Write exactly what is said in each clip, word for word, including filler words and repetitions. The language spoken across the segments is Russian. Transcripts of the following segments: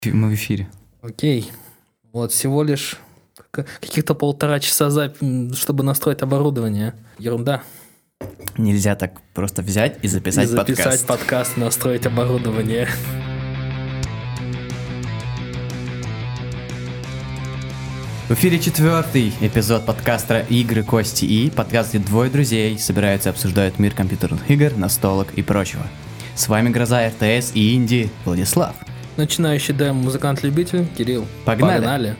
Мы в эфире. Окей. Вот всего лишь каких-то полтора часа, за... чтобы настроить оборудование. Ерунда. Нельзя так просто взять и записать, и записать подкаст. подкаст, настроить оборудование. В эфире четвертый эпизод подкаста «Игры, кости и». Подкаст, где двое друзей собираются и обсуждают мир компьютерных игр, настолок и прочего. С вами Гроза, эр тэ эс и Инди Владислав. Начинающий демо-музыкант-любитель Кирилл. Погнали. Погнали.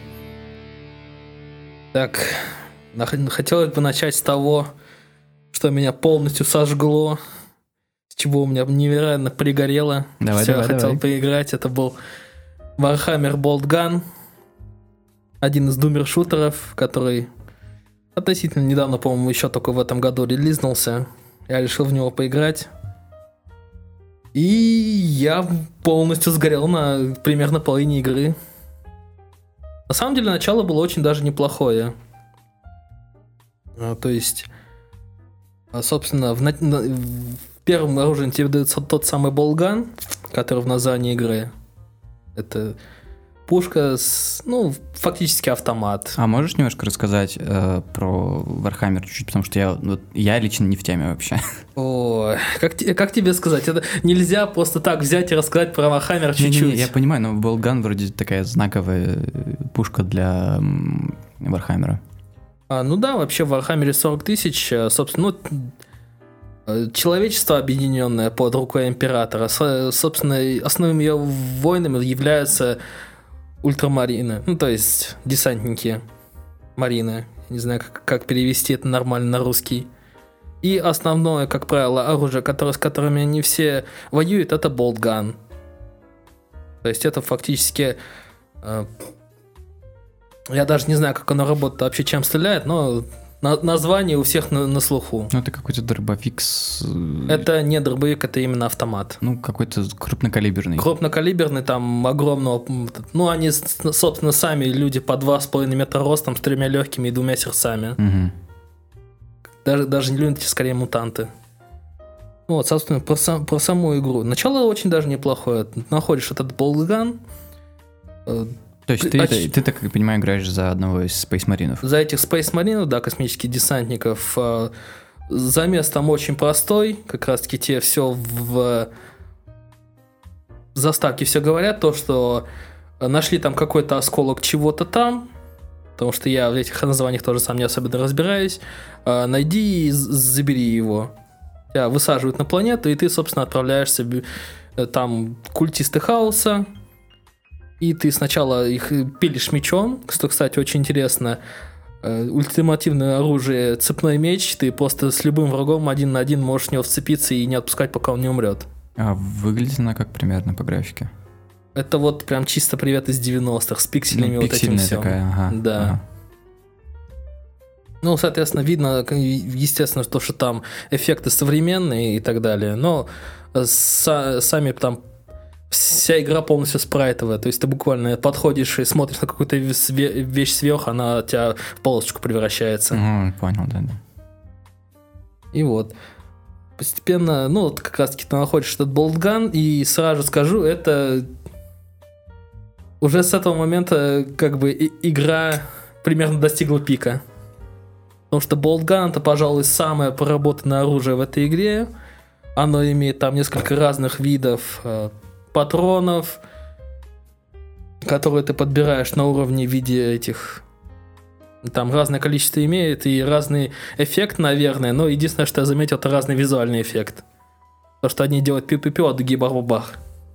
Так, хотелось бы начать с того, что меня полностью сожгло, с чего у меня невероятно пригорело. Давай, Все, давай, я хотел давай. поиграть. Это был Warhammer Boltgun, один из думер-шутеров, который относительно недавно, по-моему, еще только в этом году релизнулся. Я решил в него поиграть. И я полностью сгорел на примерно половине игры. На самом деле, начало было очень даже неплохое. А, то есть, собственно, в, на- на- в первом оружии тебе дается тот самый болтган, который в названии игры. Это пушка с, ну, фактически автомат. А можешь немножко рассказать э, про Warhammer чуть-чуть, потому что я, вот, я лично не в теме вообще. О, как, те- как тебе сказать? Это нельзя просто так взять и рассказать про Warhammer чуть-чуть. Не-не-не, я понимаю, но Boltgun вроде такая знаковая пушка для м, Warhammer. А, ну да, вообще в Warhammer сорок тысяч, э, собственно, ну, э, человечество, объединенное под рукой императора. С- собственно, и основными ее воинами являются ультрамарины, ну то есть десантники марины. Не знаю, как, как перевести это нормально на русский. И основное, как правило, оружие, которое, с которыми они все воюют, это болтган. То есть это фактически... э, я даже не знаю, как оно работает вообще, чем стреляет, но на- название у всех на, на слуху. Ну, это какой-то дробовик с... э, Это не дробовик, это именно автомат. Ну, какой-то крупнокалиберный. Крупнокалиберный, там огромного... Ну, они, с- собственно, сами люди по два с половиной метра ростом, с тремя легкими и двумя сердцами. Мгм. Даже, даже не люди, скорее мутанты. Ну вот, собственно, про, сам- про саму игру. Начало очень даже неплохое. Находишь этот болтган, э, То есть ты, А ты, ч- ты, так как я понимаю, играешь за одного из Space Marines. за этих Space Marines, да, космических десантников. э, Замес там очень простой. Как раз таки тебе все в заставке все говорят. То, что нашли там какой-то осколок чего-то там. Потому что я в этих названиях тоже сам не особенно разбираюсь. э, Найди и з- забери его. Тебя высаживают на планету, и ты, собственно, отправляешься б- э, там культисты хаоса. И ты сначала их пилишь мечом, что, кстати, очень интересно. Э, Ультимативное оружие, цепной меч, ты просто с любым врагом один на один можешь в него вцепиться и не отпускать, пока он не умрет. А выглядит она как примерно по графике? Это вот прям чисто привет из девяностых, с пикселями Ну, вот этим пиксельная всем. такая, ага. Да. ага. Ну, соответственно, видно, к- естественно, то, что там эффекты современные и так далее, но э, са- сами там вся игра полностью спрайтовая, то есть ты буквально подходишь и смотришь на какую-то ве- вещь сверху, она у тебя в полосочку превращается. Мгм, понял, да, да. И вот. Постепенно, ну, вот как раз-таки ты находишь этот болтган, и сразу скажу, это уже с этого момента как бы и- игра примерно достигла пика. Потому что болтган это, пожалуй, самое проработанное оружие в этой игре. Оно имеет там несколько разных видов э, патронов, которые ты подбираешь на уровне в виде этих... Там разное количество имеет и разный эффект, наверное, но единственное, что я заметил, это разный визуальный эффект. Потому что одни делают пиу-пиу-пиу, а другие бах-бах.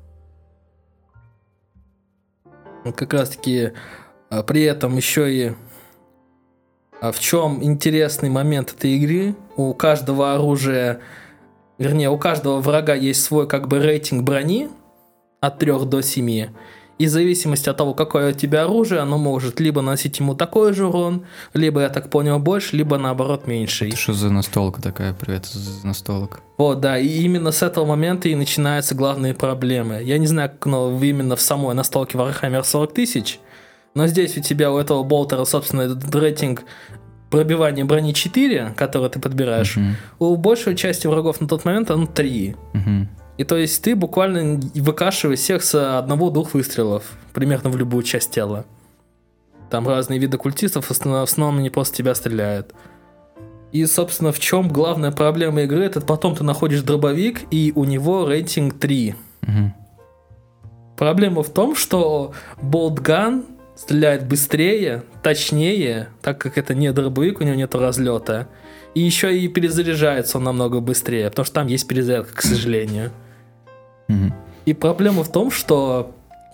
Вот как раз-таки а, при этом еще и а, в чем интересный момент этой игры, у каждого оружия, вернее, у каждого врага есть свой как бы рейтинг брони от трёх до семи. И в зависимости от того, какое у тебя оружие, оно может либо наносить ему такой же урон, либо, я так понял, больше, либо наоборот меньше. Это что за настолка такая? Привет за настолок. Вот, да, и именно с этого момента и начинаются главные проблемы. Я не знаю, как оно именно в самой настолке Warhammer сорок тысяч, но здесь у тебя, у этого болтера, собственно, этот рейтинг пробивания брони четыре, который ты подбираешь. Мгм. У большей части врагов на тот момент он три. Мгм. И то есть ты буквально выкашиваешь всех с одного-двух выстрелов, примерно в любую часть тела. Там разные виды культистов, в основном они просто тебя стреляют. И, собственно, в чем главная проблема игры, это потом ты находишь дробовик, и у него рейтинг три. Угу. Проблема в том, что болтган стреляет быстрее, точнее, так как это не дробовик, у него нет разлета. И еще и перезаряжается он намного быстрее, потому что там есть перезарядка, к сожалению. Угу. И проблема в том, что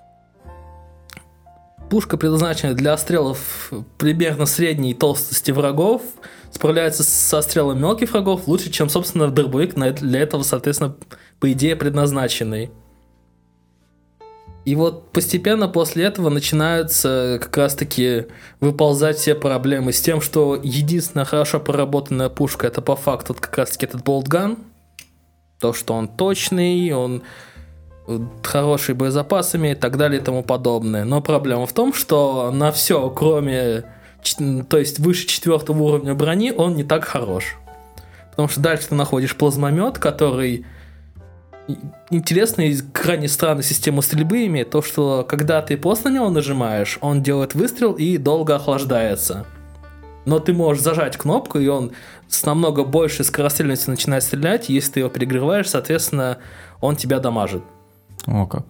пушка, предназначенная для стрелов примерно средней толстости врагов, справляется со стрелами мелких врагов лучше, чем, собственно, дробовик для этого, соответственно, по идее, предназначенный. И вот постепенно после этого начинаются как раз-таки выползать все проблемы с тем, что единственная хорошо проработанная пушка — это по факту как раз-таки этот болтган. То, что он точный, он хороший боезапасами и так далее и тому подобное. Но проблема в том, что на все, кроме, то есть выше четвертого уровня брони, он не так хорош. Потому что дальше ты находишь плазмомет, который интересная и крайне странная система стрельбы имеет. То, что когда ты просто на него нажимаешь, он делает выстрел и долго охлаждается. Но ты можешь зажать кнопку, и он с намного большей скорострельностью начинает стрелять. И если ты его перегреваешь, соответственно, он тебя дамажит. О, как.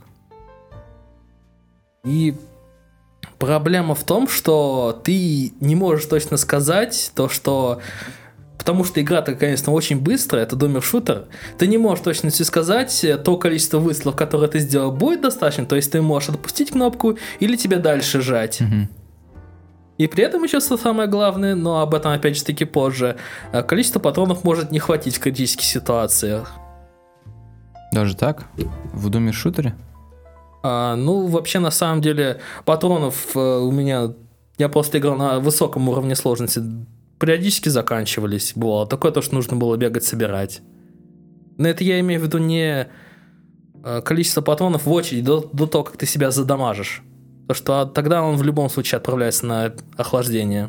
И проблема в том, что ты не можешь точно сказать то, что... Потому что игра-то, конечно, очень быстрая, это думер-шутер. Ты не можешь точно сказать, то количество выстрелов, которое ты сделал, будет достаточно. То есть ты можешь отпустить кнопку или тебе дальше жать. Угу. И при этом еще самое главное, но об этом опять же таки позже, количество патронов может не хватить в критических ситуациях. Даже так? В думер-шутере? А, ну, вообще, на самом деле, патронов э, у меня... Я просто играл на высоком уровне сложности. Периодически заканчивались. Бывало такое, то, что нужно было бегать, собирать. Но это я имею в виду не э, количество патронов в очередь до, до того, как ты себя задамажишь. Потому что тогда он в любом случае отправляется на охлаждение.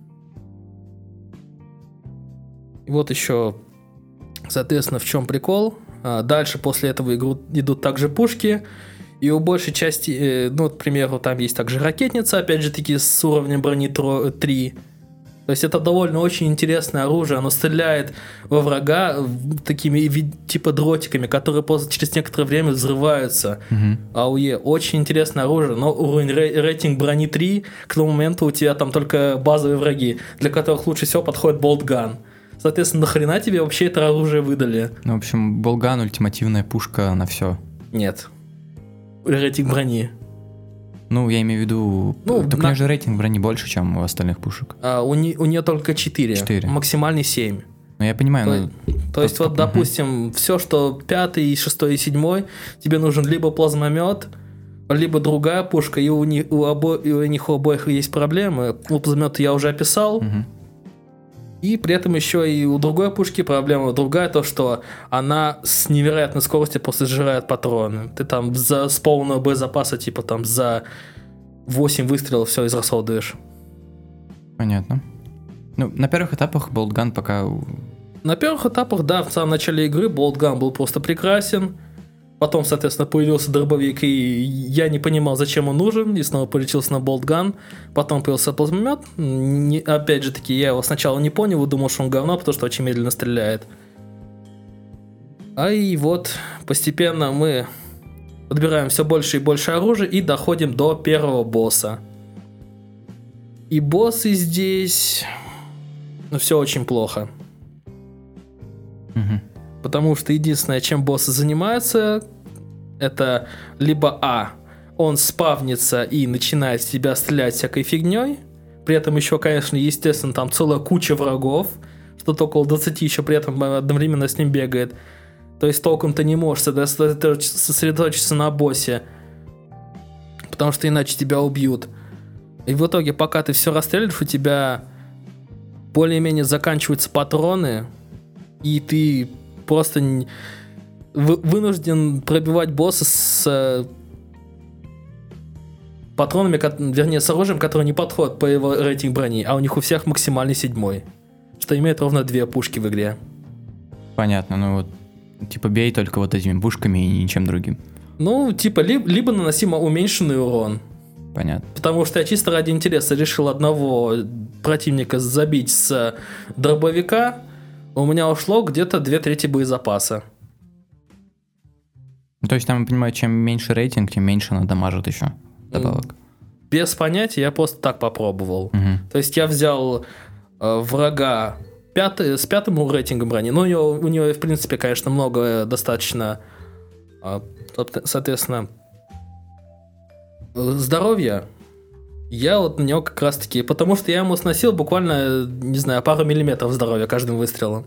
И вот еще, соответственно, в чем прикол. Дальше после этого игру идут также пушки. И у большей части, ну, к примеру, там есть также ракетница, опять же таки, с уровнем брони три. То есть это довольно очень интересное оружие. Оно стреляет во врага такими типа дротиками, которые просто через некоторое время взрываются. Угу. АОЕ. Очень интересное оружие, но уровень рейтинг брони три, к тому моменту у тебя там только базовые враги, для которых лучше всего подходит болтган. Соответственно, нахрена тебе вообще это оружие выдали? Ну, в общем, болтган — ультимативная пушка на все. Нет. Рейтинг брони. Ну, я имею в виду... Ну, так на... у нее же рейтинг брони больше, чем у остальных пушек. А, у, не, у нее только четыре. четыре. Максимальный семь. Ну, я понимаю, то, но... То есть, вот, угу. допустим, все, что пятый, шестой и седьмой, тебе нужен либо плазмомет, либо другая пушка, и у них у, обо... и у них у обоих есть проблемы. У плазмомета я уже описал. Угу. И при этом еще и у другой пушки проблема другая, то что она с невероятной скоростью просто сжирает патроны. Ты там за, с полного боезапаса, типа там за восемь выстрелов все израсходуешь. Понятно. Ну, на первых этапах болтган пока... На первых этапах, да, в самом начале игры болтган был просто прекрасен. Потом, соответственно, появился дробовик, и я не понимал, зачем он нужен, и снова полетелся на болтган. Потом появился плазмомет. Не, опять же таки, я его сначала не понял, и думал, что он говно, потому что очень медленно стреляет. А и вот постепенно мы подбираем все больше и больше оружия и доходим до первого босса. И боссы здесь... Ну, все очень плохо. Угу. Потому что единственное, чем боссы занимаются, это либо А, он спавнится и начинает с тебя стрелять всякой фигней. При этом еще, конечно, естественно, там целая куча врагов, что-то около двадцати еще при этом одновременно с ним бегает. То есть толком ты не можешь сосредоточиться на боссе, потому что иначе тебя убьют. И в итоге, пока ты все расстреливаешь, у тебя более-менее заканчиваются патроны, и ты просто вынужден пробивать босса с патронами, вернее, с оружием, которое не подходит по его рейтингу брони, а у них у всех максимальный седьмой, что имеет ровно две пушки в игре. Понятно, ну вот Типа бей только вот этими пушками и ничем другим. Ну, типа, ли, либо наноси уменьшенный урон. Понятно. Потому что я чисто ради интереса решил одного противника забить с дробовика. У меня ушло где-то две трети боезапаса. Ну, то есть там, я понимаю, чем меньше рейтинг, тем меньше она дамажит еще добавок. Без понятия, я просто так попробовал. Угу. То есть я взял э, врага пятый, с пятым рейтингом брони. Ну, у него, у него, в принципе, конечно, много достаточно, э, соответственно, здоровья. Я вот на него как раз таки... Потому что я ему сносил буквально, не знаю, пару миллиметров здоровья каждым выстрелом.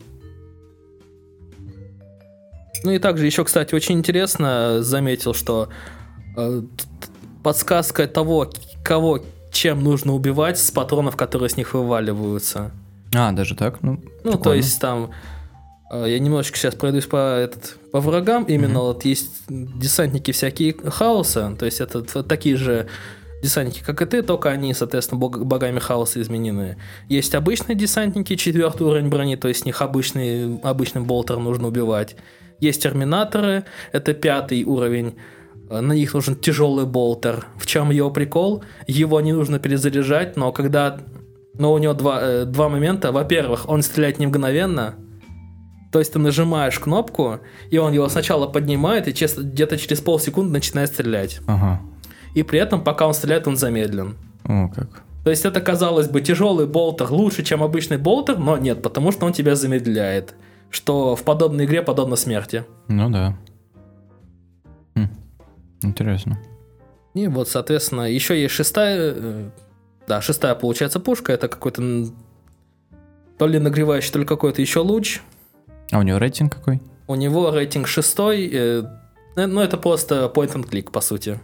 Ну и также еще, кстати, очень интересно заметил, что э, подсказка того, кого чем нужно убивать с патронов, которые с них вываливаются. А, даже так? Ну, ну то есть там... Э, я немножечко сейчас пройдусь по, этот, по врагам. Именно mm-hmm. вот есть десантники всякие хаоса. То есть это такие же десантники, как и ты, только они, соответственно, бог, богами хаоса изменены. Есть обычные десантники, четвертый уровень брони, то есть с них обычный, обычным болтером нужно убивать. Есть терминаторы, это пятый уровень, на них нужен тяжелый болтер. В чем его прикол? Его не нужно перезаряжать, но когда... Но у него два, э, два момента. Во-первых, он стреляет не мгновенно, то есть ты нажимаешь кнопку, и он его сначала поднимает, и честно, где-то через полсекунды начинает стрелять. Ага. И при этом, пока он стреляет, он замедлен. О, как. То есть это, казалось бы, тяжелый болтер лучше, чем обычный болтер, но нет, потому что он тебя замедляет. Что в подобной игре подобно смерти. Ну да. Хм. Интересно. И вот, соответственно, еще есть шестая... Да, шестая, получается, пушка. Это какой-то то ли нагревающий, то ли какой-то еще луч. А у него рейтинг какой? У него рейтинг шестой. Э, ну, это просто point and click, по сути.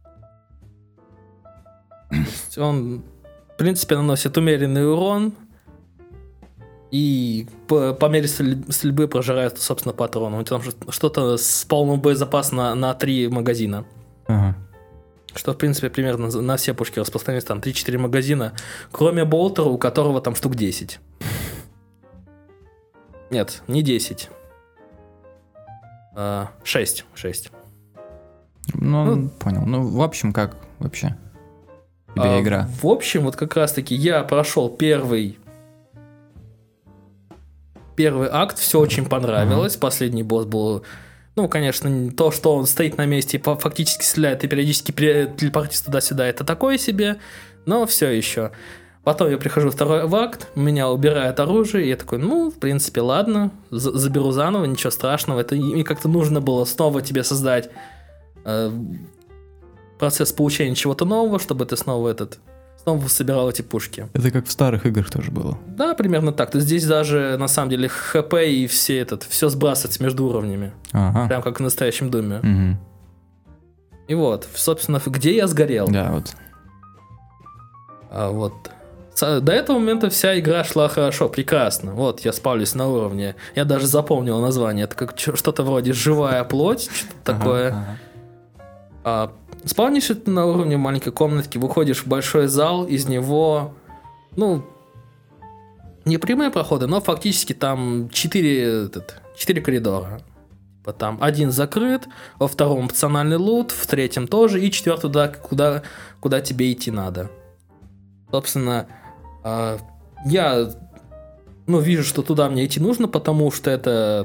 Он, в принципе, наносит умеренный урон. И по, по мере стрельбы прожирает, собственно, патроны. У тебя там что-то с полным боезапасом на, на три магазина. Ага. Что, в принципе, примерно на все пушки распространяется. Там три-четыре магазина. Кроме болтера, у которого там штук десять. Нет, не десять. А, шесть. шесть. Ну, ну, понял. Ну, в общем, как вообще тебе а, игра? В общем, вот как раз-таки я прошел первый... Первый акт, все очень понравилось. Uh-huh. Последний босс был, ну, конечно, то, что он стоит на месте и фактически стреляет и периодически телепортируется туда-сюда, это такое себе, но все еще. Потом я прихожу в второй акт, меня убирают оружие, и я такой, ну, в принципе, ладно, за- заберу заново, ничего страшного. Это и как-то нужно было снова тебе создать э, процесс получения чего-то нового, чтобы ты снова этот... Снова собирал эти пушки. Это как в старых играх тоже было. Да, примерно так. То есть здесь даже, на самом деле, ХП и все этот, все сбрасывается между уровнями. Ага. Прям как в настоящем Думе. Угу. И вот, собственно, где я сгорел. Да, вот. А вот. До этого момента вся игра шла хорошо, прекрасно. Вот, я спавлюсь на уровне. Я даже запомнил название. Это как что-то вроде «Живая плоть», что-то ага, такое. Ага. А, спавнишь ты на уровне маленькой комнатки, выходишь в большой зал, из него, ну, не прямые проходы, но фактически там четыре, этот, четыре коридора. Там один закрыт, во втором опциональный лут, в третьем тоже, и четвертый туда, куда, куда тебе идти надо. Собственно, я, ну, вижу, что туда мне идти нужно, потому что это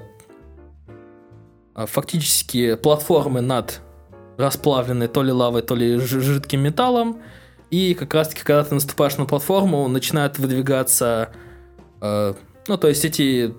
фактически платформы над расплавленной то ли лавой, то ли жидким металлом. И как раз-таки, когда ты наступаешь на платформу, начинают выдвигаться... Э, ну, то есть эти...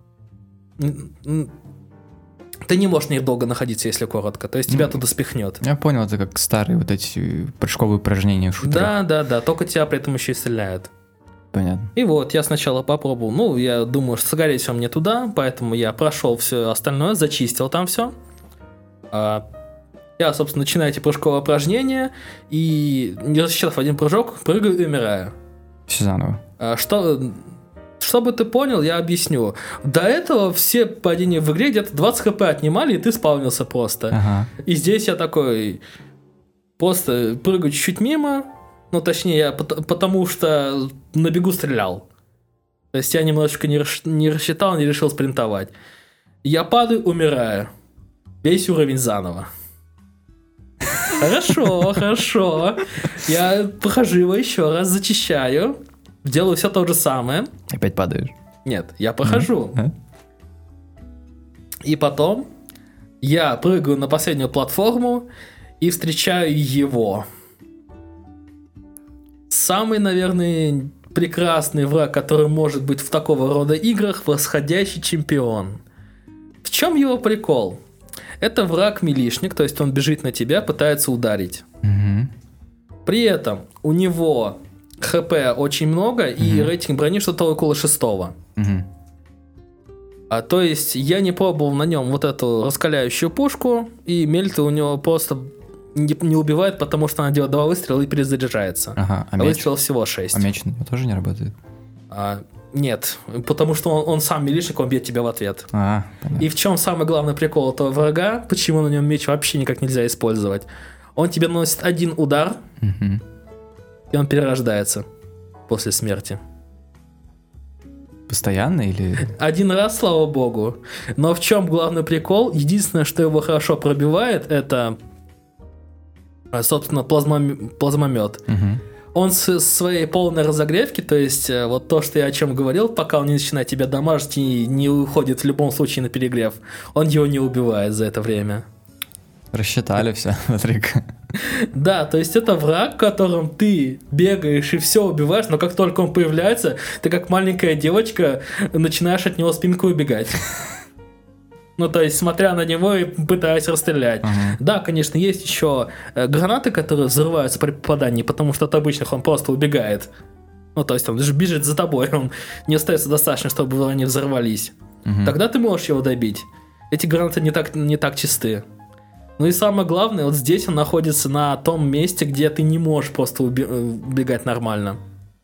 Ты не можешь в них долго находиться, если коротко. То есть тебя mm. туда спихнет. Я понял, это как старые вот эти прыжковые упражнения в шутерах. Да, да, да. Только тебя при этом еще и стреляют. Понятно. И вот, я сначала попробовал. Ну, я думаю, что сгореть все мне туда, поэтому я прошел все остальное, зачистил там все. А, я, собственно, начинаю эти прыжковые упражнения, и, не рассчитав один прыжок, прыгаю и умираю. Все заново. А, что... Чтобы ты понял, я объясню. До этого все падения в игре где-то двадцать хп отнимали, и ты спавнился просто. Ага. И здесь я такой просто прыгаю чуть-чуть мимо, ну точнее, я потому что на бегу стрелял. То есть я немножечко не, расш... не рассчитал, не решил спринтовать. Я падаю, умираю. Весь уровень заново. Хорошо, хорошо. Я прохожу его еще раз, зачищаю. Делаю все то же самое. Опять падаешь? Нет, я прохожу. И потом я прыгаю на последнюю платформу и встречаю его. Самый, наверное, прекрасный враг, который может быть в такого рода играх, восходящий чемпион. В чем его прикол? Это враг-милишник, то есть он бежит на тебя, пытается ударить. Угу. При этом у него хп очень много, угу. и рейтинг брони что-то около шестого. Угу. А, то есть я не пробовал на нем вот эту раскаляющую пушку, и мельта у него просто не, не убивает, потому что она делает два выстрела и перезаряжается. Ага, а, а меч? выстрелов всего шесть. А меч у него тоже не работает? А, нет, потому что он, он сам милишник, он бьет тебя в ответ. А, понятно. И в чем самый главный прикол этого врага, почему на нем меч вообще никак нельзя использовать? Он тебе наносит один удар, угу. и он перерождается после смерти. Постоянно или... Один раз, слава богу. Но в чем главный прикол? Единственное, что его хорошо пробивает, это, собственно, плазмом... плазмомет. Угу. Он с своей полной разогревки, то есть вот то, что я о чем говорил, пока он не начинает тебя дамажить и не уходит в любом случае на перегрев, он его не убивает за это время. Рассчитали все, смотри-ка. Да, то есть это враг, которым ты бегаешь и все убиваешь, но как только он появляется, ты как маленькая девочка начинаешь от него спинку убегать. Ну, то есть, смотря на него и пытаясь расстрелять. Uh-huh. Да, конечно, есть еще гранаты, которые взрываются при попадании, потому что от обычных он просто убегает. Ну, то есть, он же бежит за тобой, он не остается достаточно, чтобы они взорвались. Uh-huh. Тогда ты можешь его добить. Эти гранаты не так, не так чисты. Ну и самое главное, вот здесь он находится на том месте, где ты не можешь просто уби- убегать нормально.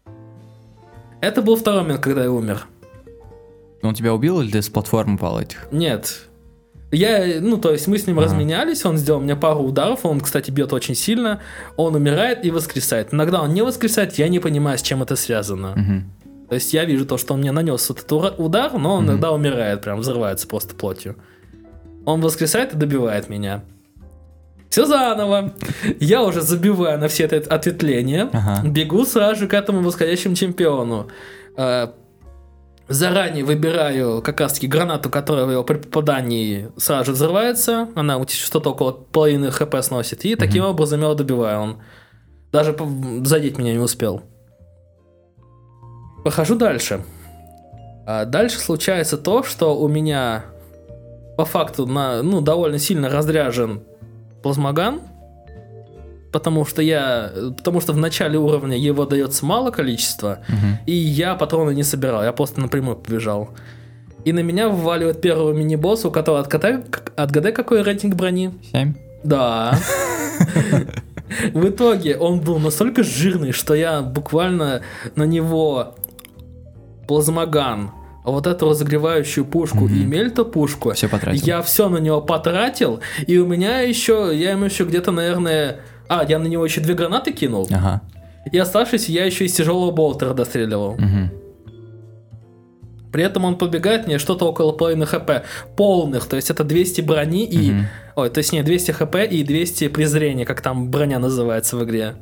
Это был второй момент, когда я умер. Он тебя убил или ты с платформы пал этих? Нет. Я, ну, то есть мы с ним ага. разменялись, он сделал мне пару ударов, он, кстати, бьет очень сильно, он умирает и воскресает. Иногда он не воскресает, я не понимаю, с чем это связано. Угу. То есть я вижу то, что он мне нанес вот этот удар, но он угу. иногда умирает, прям взрывается просто плотью. Он воскресает и добивает меня. Все заново. Я уже забиваю на все это ответвление, ага. бегу сразу же к этому восходящему чемпиону. Заранее выбираю как раз таки гранату, которая при попадании сразу же взрывается. Она что-то около половины хп сносит. И таким угу. образом я его добиваю. Он даже задеть меня не успел. Прохожу дальше. А дальше случается то, что у меня по факту на, ну, довольно сильно разряжен плазмоган. Потому что я, потому что в начале уровня его дается мало количества, uh-huh. и я патроны не собирал, я просто напрямую побежал. И на меня вваливает первого мини-босса, у которого отгадай, отгадай какой рейтинг брони? семь. Да. В итоге он был настолько жирный, что я буквально на него плазмоган, вот эту разогревающую пушку mm-hmm. и мельта-пушку, все потратил. Я все на него потратил, и у меня еще, я ему еще где-то, наверное... А, я на него еще две гранаты кинул. Ага. И оставшись, я еще из тяжелого болтера достреливал. Угу. При этом он побегает мне что-то около половины хп. Полных, то есть это двести брони и... Угу. Ой, то есть нет, двести хп и двести презрения, как там броня называется в игре.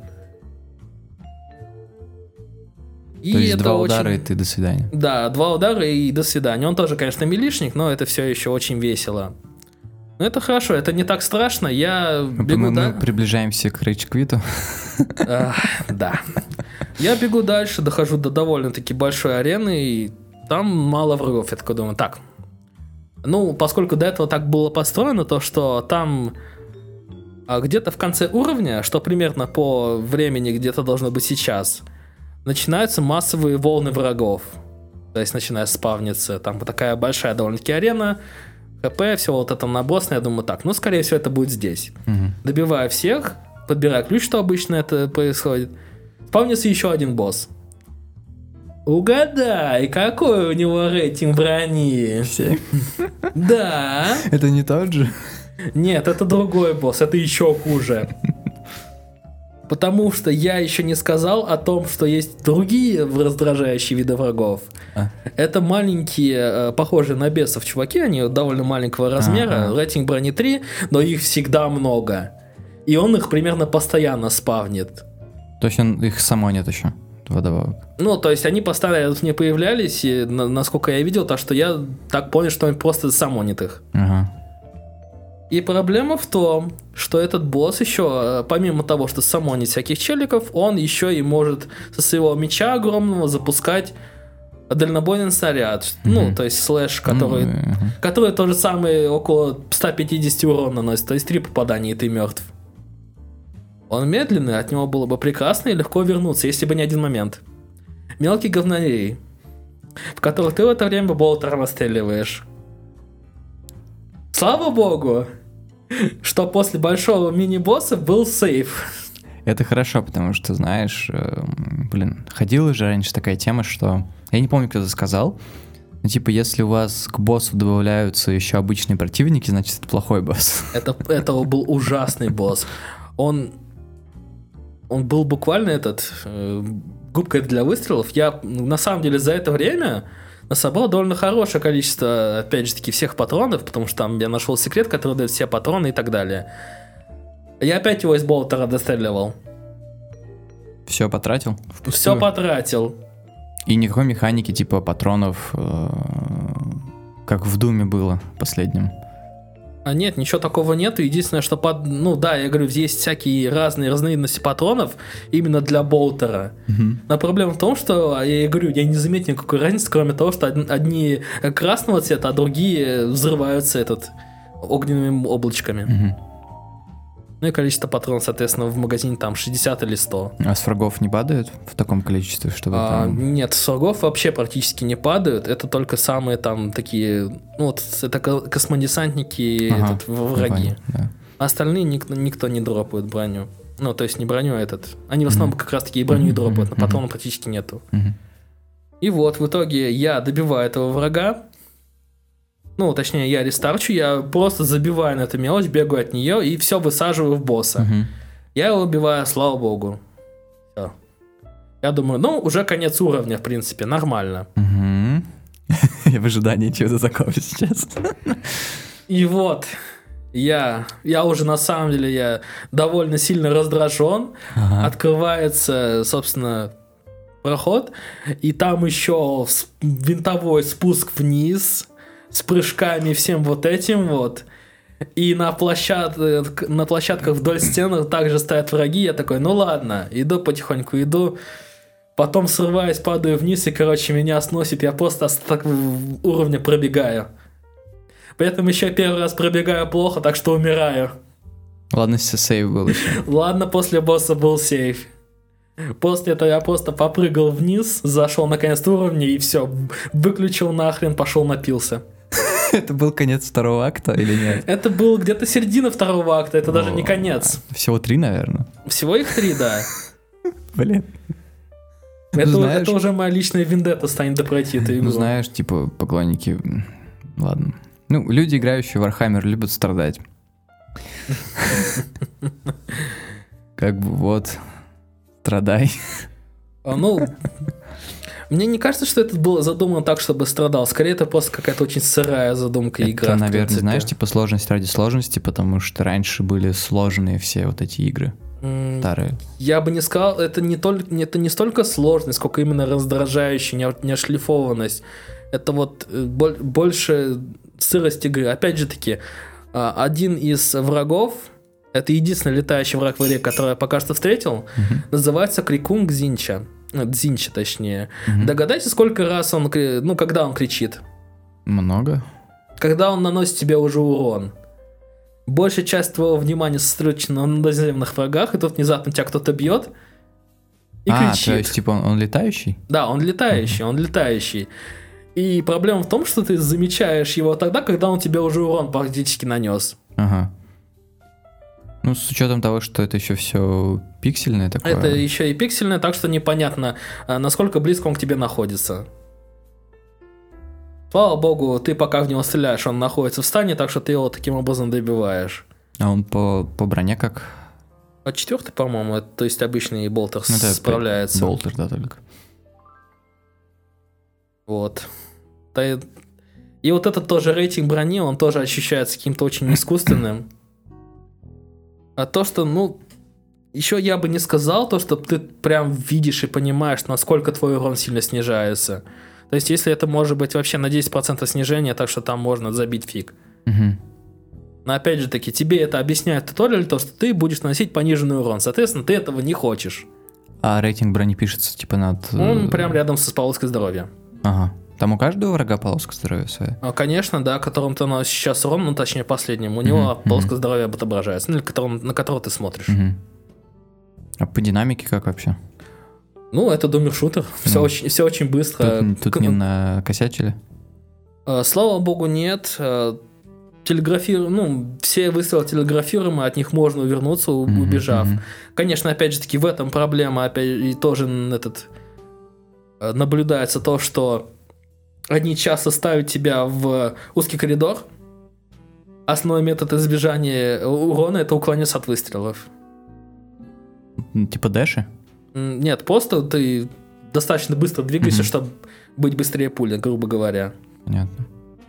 И то есть два очень... удара и ты до свидания. Да, два удара и до свидания. Он тоже, конечно, милишник, но это все еще очень весело. Ну это хорошо, это не так страшно, я бегу мы, да... мы приближаемся к рейдж-квиту. А, да. Я бегу дальше, дохожу до довольно-таки большой арены, и там мало врагов. Я такой думаю, так. Ну, поскольку до этого так было построено, то что там а где-то в конце уровня, что примерно по времени где-то должно быть сейчас, начинаются массовые волны врагов. То есть начинает спавниться, там такая большая довольно-таки арена, ХП, все вот это набросано, я думаю, так, ну, скорее всего, это будет здесь. Угу. Добиваю всех, подбираю ключ, что обычно это происходит. Спавнится еще один босс. Угадай, какой у него рейтинг брони? семь. Да. Это не тот же? Нет, это другой босс, это еще хуже. Потому что я еще не сказал о том, что есть другие раздражающие виды врагов. А. Это маленькие, похожие на бесов чуваки, они довольно маленького размера, ага. рейтинг брони три, но их всегда много. И он их примерно постоянно спавнит. То есть он их самонит еще? Водовок. Ну, то есть они постоянно не появлялись, и, на, насколько я видел, так что я так понял, что он просто самонит их. Ага. И проблема в том, что этот босс еще, помимо того, что самонит всяких челиков, он еще и может со своего меча огромного запускать дальнобойный снаряд. Mm-hmm. Ну, то есть слэш, который, mm-hmm. который то же самое около сто пятьдесят урона наносит, то есть три попадания, и ты мертв. Он медленный, от него было бы прекрасно и легко вернуться, если бы не один момент. Мелкий говнарей, в которых ты в это время болтером расстреливаешь. Слава богу, что после большого мини-босса был сейф. Это хорошо, потому что, знаешь, э, блин, ходила же раньше такая тема, что... Я не помню, кто это сказал, но типа, если у вас к боссу добавляются еще обычные противники, значит, это плохой босс. Это, это был ужасный босс. Он... Он был буквально этот э, губкой для выстрелов. Я, на самом деле, за это время насобрал довольно хорошее количество, опять же таки, всех патронов, потому что там я нашел секрет, который дает все патроны и так далее. Я опять его из болтера достреливал. Все потратил? Впустую? Все потратил. И никакой механики типа патронов, э, как в Думе было последнем? А нет, ничего такого нету. Единственное, что под... Ну да, я говорю, есть всякие разные разновидности патронов именно для болтера. Uh-huh. Но проблема в том, что, я говорю, я не заметил никакой разницы, кроме того, что одни красного цвета, а другие взрываются этот огненными облачками. Uh-huh. Ну и количество патронов, соответственно, в магазине там шестьдесят или сто. А с врагов не падают в таком количестве, чтобы а, там... Нет, с врагов вообще практически не падают. Это только самые там такие... Ну вот это космодесантники, ага, этот, враги. Понял, да. А остальные никто, никто не дропает броню. Ну, то есть не броню, а этот. Они в основном mm-hmm. как раз таки и броню mm-hmm. дропают, но патронов mm-hmm. практически нету. Mm-hmm. И вот в итоге я добиваю этого врага. Ну, точнее, я рестарчу, я просто забиваю на эту мелочь, бегаю от нее и все высаживаю в босса. Uh-huh. Я его убиваю, слава богу. Все. Я думаю, ну, уже конец уровня, в принципе, нормально. Uh-huh. Я в ожидании чего-то такого сейчас. И вот, я, я уже на самом деле я довольно сильно раздражен. Uh-huh. Открывается, собственно, проход, и там еще винтовой спуск вниз с прыжками и всем вот этим вот. И на, площад... на площадках вдоль стен также стоят враги. Я такой, ну ладно, иду потихоньку, иду. Потом срываюсь, падаю вниз, и, короче, меня сносит. Я просто остаток уровня пробегаю. При этом еще первый раз пробегаю плохо, так что умираю. Ладно, если сейв был еще. Ладно, после босса был сейв. После этого я просто попрыгал вниз, зашел на конец уровня и все, выключил нахрен, пошел напился. Это был конец второго акта или нет? Это был где-то середина второго акта, это даже не конец. Всего три, наверное. Всего их три, да. Блин. Это, знаешь, это уже моя личная вендетта станет допройти эту игру. Ну знаешь, типа поклонники... Ладно. Ну, люди, играющие в Warhammer, любят страдать. Как бы вот... Страдай. А, ну... Мне не кажется, что это было задумано так, чтобы страдал. Скорее, это просто какая-то очень сырая задумка это, игра. Это, наверное, знаешь, типа сложность ради сложности, потому что раньше были сложные все вот эти игры. Mm, старые. Я бы не сказал, это не, только, это не столько сложность, сколько именно раздражающая, не, не ошлифованность. Это вот больше сырость игры. Опять же таки, один из врагов, это единственный летающий враг в игре, который я пока что встретил, mm-hmm. называется Крикун Дзинча. Дзинча, точнее. Mm-hmm. Догадайся, сколько раз он, ну, когда он кричит? Много. Когда он наносит тебе уже урон. Большая часть твоего внимания сосредоточена на наземных врагах, и тут внезапно тебя кто-то бьет и а, кричит. То есть, типа, он, он летающий? Да, он летающий, mm-hmm. он летающий. И проблема в том, что ты замечаешь его тогда, когда он тебе уже урон практически нанес. Ага. Ну, с учетом того, что это еще все пиксельное такое. Это еще и пиксельное, так что непонятно, насколько близко он к тебе находится. Слава богу, ты пока в него стреляешь, он находится в стане, так что ты его таким образом добиваешь. А он по, по броне как? А четвертый, по-моему, это, то есть обычный болтер Ну, это справляется. Болтер, да, только. Вот. Да и- И вот этот тоже рейтинг брони, он тоже ощущается каким-то очень искусственным. А то, что, ну, еще я бы не сказал то, что ты прям видишь и понимаешь, насколько твой урон сильно снижается. То есть, если это может быть вообще на десять процентов снижения, так что там можно забить фиг. Мгм. Но опять же таки, тебе это объясняет туториаль, то, что ты будешь наносить пониженный урон. Соответственно, ты этого не хочешь. А рейтинг брони пишется, типа, над... Он э, прям рядом со полоской здоровья. Ага. Там у каждого врага полоска здоровья своя? А, конечно, да, которым ты наносишь сейчас урон, ну, точнее, последним, у него Мгм, полоска мгм. здоровья отображается, ну, или которым, на которого ты смотришь. Мгм. А по динамике как вообще? Ну, это думер-шутер, все, Ну, очень, все очень быстро. Тут, тут К- не накосячили? э, Слава богу, нет. Э, Телеграфир... Ну, все выстрелы телеграфируемые, от них можно увернуться, у- Мгм, убежав. мгм. Конечно, опять же таки, в этом проблема, опять и тоже н- этот э, наблюдается то, что они часто ставят тебя в узкий коридор. Основной метод избежания урона — это уклоняться от выстрелов. Ну, Типа дэши? М, Нет, просто ты достаточно быстро двигаешься, Мгм. чтобы быть быстрее пули, грубо говоря. Понятно.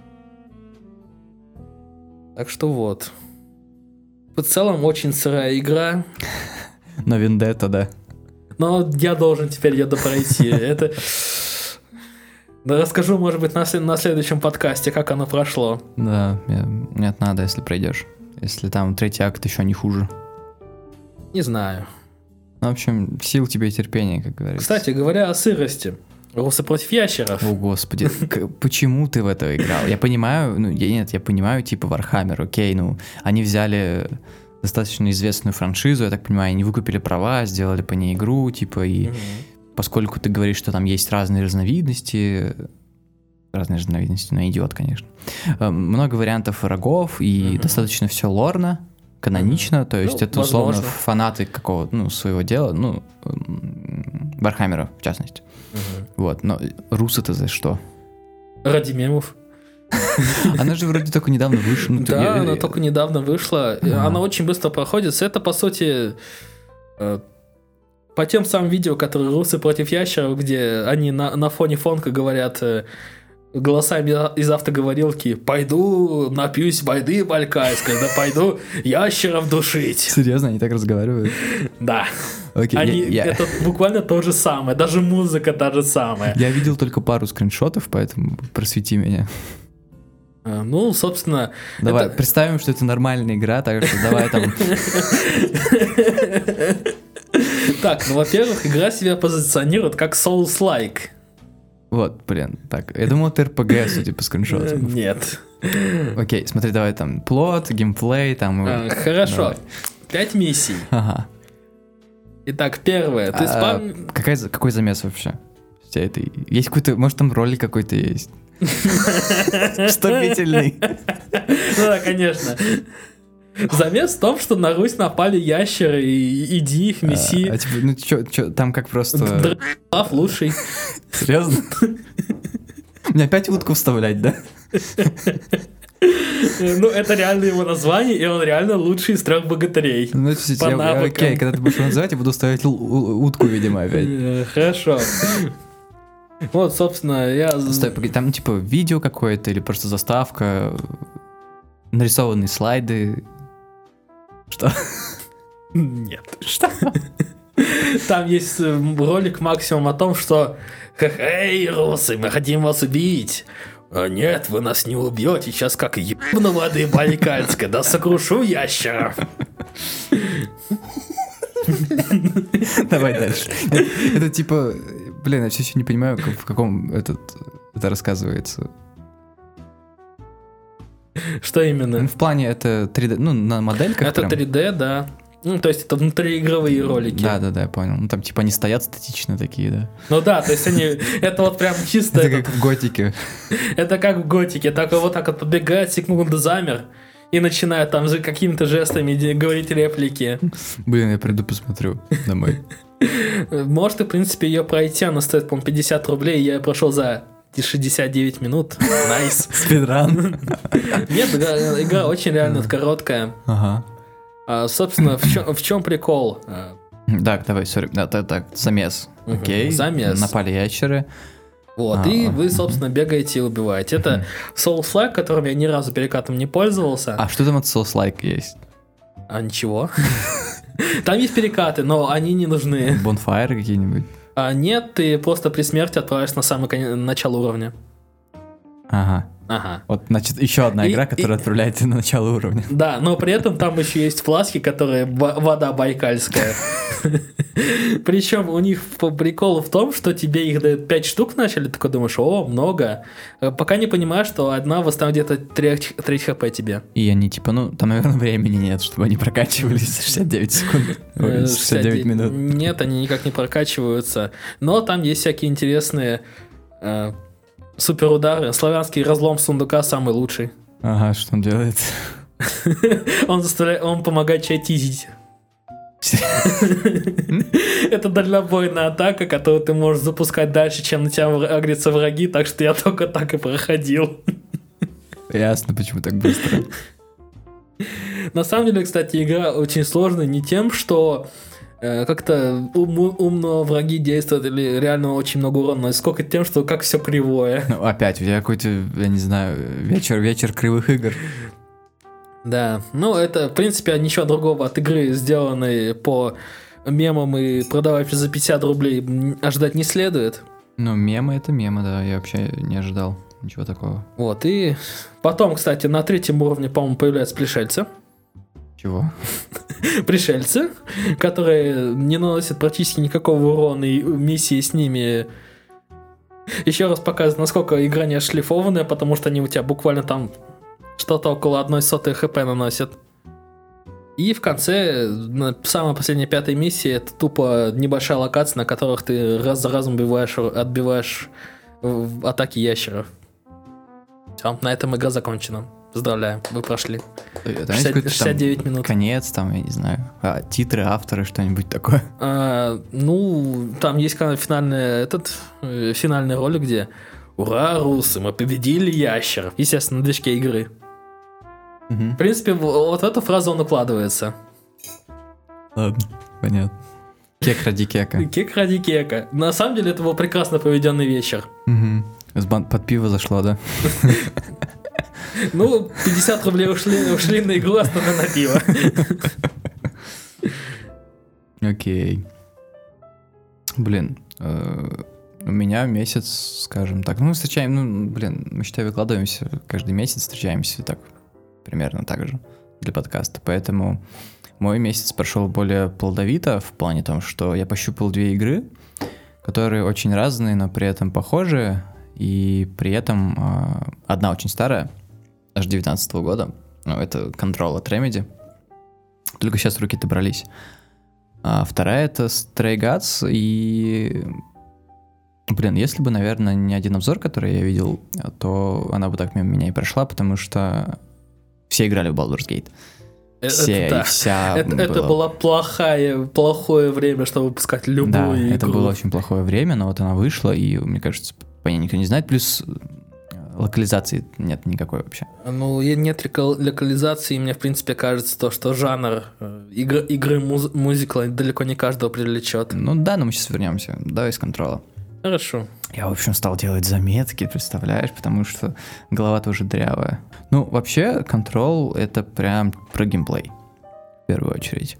Так что вот. В целом очень сырая игра, Но Вендетта, да. но я должен теперь ее допройти. Это... Да, расскажу, может быть, на, след- на следующем подкасте, как оно прошло. Да, я- нет, надо, если пройдешь. Если там третий акт еще не хуже. Не знаю. Ну, в общем, сил тебе и терпения, как говорится. Кстати, говоря о сырости. Русы против ящеров. О, господи, к- почему ты в это играл? Я понимаю, ну, я, нет, я понимаю, типа, Warhammer, окей, ну, они взяли достаточно известную франшизу, я так понимаю, они выкупили права, сделали по ней игру, типа, и Мгм. поскольку ты говоришь, что там есть разные разновидности, разные разновидности, ну, идиот, конечно, э, много вариантов врагов, и Мгм. достаточно все лорно, канонично, то есть Ну, это условно возможно. фанаты какого-то, ну, своего дела, ну, м, Вархаммера, в частности. Мгм. Вот, но русы-то за что? Ради мемов. Она же вроде только недавно вышла. ну, то Да, я- она только недавно вышла. и Ага. Она очень быстро проходит. Это, по сути, э, по тем самым видео, которые русы против ящеров, где они на, на фоне фонка говорят э, голосами из автоговорилки: «Пойду напьюсь воды балькайской, да пойду ящеров душить». Серьезно, они так разговаривают? Да, Окей, они, я, я- это буквально то же самое. Даже музыка та же самая. я видел только пару скриншотов, поэтому просвети меня. Э, Ну, собственно... Давай, это- представим, что это нормальная игра, так что давай там... Так, ну, во-первых, игра себя позиционирует как Souls-like. Вот, блин, так, я думал, это эр пи джи, судя по скриншотам. Нет. Окей, смотри, давай там плот, геймплей, там... А, Хорошо. Давай. Пять миссий. Ага. Итак, первое. Ты А, спам... какая за- какой замес вообще? У тебя это- Есть какой-то, может там ролик какой-то есть? Вступительный. Ну да, конечно. Замес в том, что на Русь напали ящеры, и иди их меси. А, типа, ну чё, чё, там как просто... Драв лучший. Серьезно? Мне опять утку вставлять, да? Ну, это реально его название, и он реально лучший из трех богатырей. Ну, это, По я- навыкам. окей, когда ты будешь его называть, я буду ставить л- у- утку, видимо, опять. Э, Хорошо. Вот, собственно, я... Стой, погоди, там типа видео какое-то или просто заставка, нарисованные слайды. Что? Нет. Что? Там есть э, ролик максимум о том, что «Эй, русы, мы хотим вас убить». «А нет, вы нас не убьете, сейчас как ебну воды Байкальской, да сокрушу ящеров». Давай дальше. Это типа, блин, я все еще не понимаю, как- в каком этот это рассказывается. Что Ну, именно? в плане это три дэ, ну, на модельках Это прям. три дэ, да. Ну, то есть это внутриигровые ролики. Да, да, да, я понял. Ну, там типа они стоят статично такие, да. Ну да, то есть они... Это вот прям чисто... Это этот- как в готике. Это как в Готике, так вот так вот подбегает, секунду замер и начинает там же какими-то жестами де- говорить реплики. Блин, я приду посмотрю домой. Может, и, в принципе, ее пройти, она стоит, по-моему, пятьдесят рублей, я прошел за шестьдесят девять минут. Найс. Спидран. Нет, игра, игра очень реально короткая. Ага. А, собственно, в чем, в чем прикол? Так, давай, сори, да, так, так, замес. Угу, Окей, замес. Напали ящеры. Вот, а, и вы, собственно, бегаете и убиваете. Это Souls-like, которым я ни разу перекатом не пользовался. А что там от Souls-like есть? А ничего. Там есть перекаты, но они не нужны. Бонфайры какие-нибудь? А нет, ты просто при смерти отправишься на самое кон... начало уровня. Ага. Ага. Вот, значит, еще одна И- игра, которая и- отправляет на начало уровня. Да, но при этом там еще есть фласки, которые б- вода байкальская. Причем у них по- прикол в том, что тебе их дают пять штук вначале, ты такой думаешь, о, много. Э, Пока не понимаешь, что одна восстановит где-то треть хп тебе. И они типа, ну, там, наверное, времени нет, чтобы они прокачивались за шестьдесят девять секунд. Ой, Э, шестьдесят девять минут. Нет, они никак не прокачиваются. Но там есть всякие интересные э, суперудары. Славянский разлом сундука самый лучший. Ага, что он делает? Он заставляет, он помогает чайтизить. Это дальнобойная атака, которую ты можешь запускать дальше, чем на тебя агрятся враги, так что я только так и проходил. Ясно, почему так быстро. На самом деле, кстати, игра очень сложная не тем, что э, как-то ум- умно враги действуют или реально очень много урона, но сколько тем, что как все кривое. Ну, опять, у тебя какой-то, я не знаю, вечер, вечер кривых игр. Да, ну это, в принципе, ничего другого от игры, сделанной по мемам и продавающей за пятьдесят рублей, м, ожидать не следует. Ну, мемы это мемы, да, я вообще не ожидал ничего такого. Вот, и потом, кстати, на третьем уровне, по-моему, появляются пришельцы. Чего? Пришельцы, которые не наносят практически никакого урона, и миссии с ними еще раз показывают, насколько игра не отшлифованная, потому что они у тебя буквально там что-то около одной сотой хп наносят. И в конце, на самой последней пятой миссии, это тупо небольшая локация, на которых ты раз за разом убиваешь, отбиваешь в- атаки ящеров. Все, на этом игра закончена. Поздравляю, вы прошли. Там есть шестьдесят какой-то шестьдесят девять минут. конец, там, я не знаю, а, титры, авторы, что-нибудь такое. А, ну, там есть канал финальный, этот, э, финальный ролик, где «Ура, русы, мы победили ящеров!» Естественно, на движке игры. В принципе, в- вот в эту фразу он укладывается. Ладно, понятно. Кек ради кека. Кек ради кека. На самом деле, это был прекрасно проведенный вечер. Мгм. С бан- Под пиво зашло, да? Ну, пятьдесят рублей ушли, ушли на игру, остальное на пиво. Окей. Блин, э, у меня месяц, скажем так, ну, встречаем, ну, блин, мы, считай, выкладываемся каждый месяц, встречаемся так, примерно так же для подкаста, поэтому мой месяц прошел более плодовито в плане том, что я пощупал две игры, которые очень разные, но при этом похожие, и при этом э, одна очень старая, аж девятнадцатого года, ну, это Control от Remedy, только сейчас руки добрались. А вторая — это Stray Gods, и... Блин, если бы, наверное, не один обзор, который я видел, то она бы так мимо меня и прошла, потому что все играли в Baldur's Gate. Все, Это, да. и вся это, это было- было плохое, плохое время, чтобы выпускать любую Да, игру. это было очень плохое время, но вот она вышла, и, мне кажется, по ней никто не знает, плюс локализации нет никакой вообще. Ну, и нет лока- локализации, и мне, в принципе, кажется, то, что жанр э, игр- игры муз- мюзикла далеко не каждого привлечет. Ну да, но мы сейчас вернемся. Давай с контрола. Хорошо. Я, в общем, стал делать заметки, представляешь, потому что голова тоже дрявая. Ну, вообще, Control — это прям про геймплей, в первую очередь.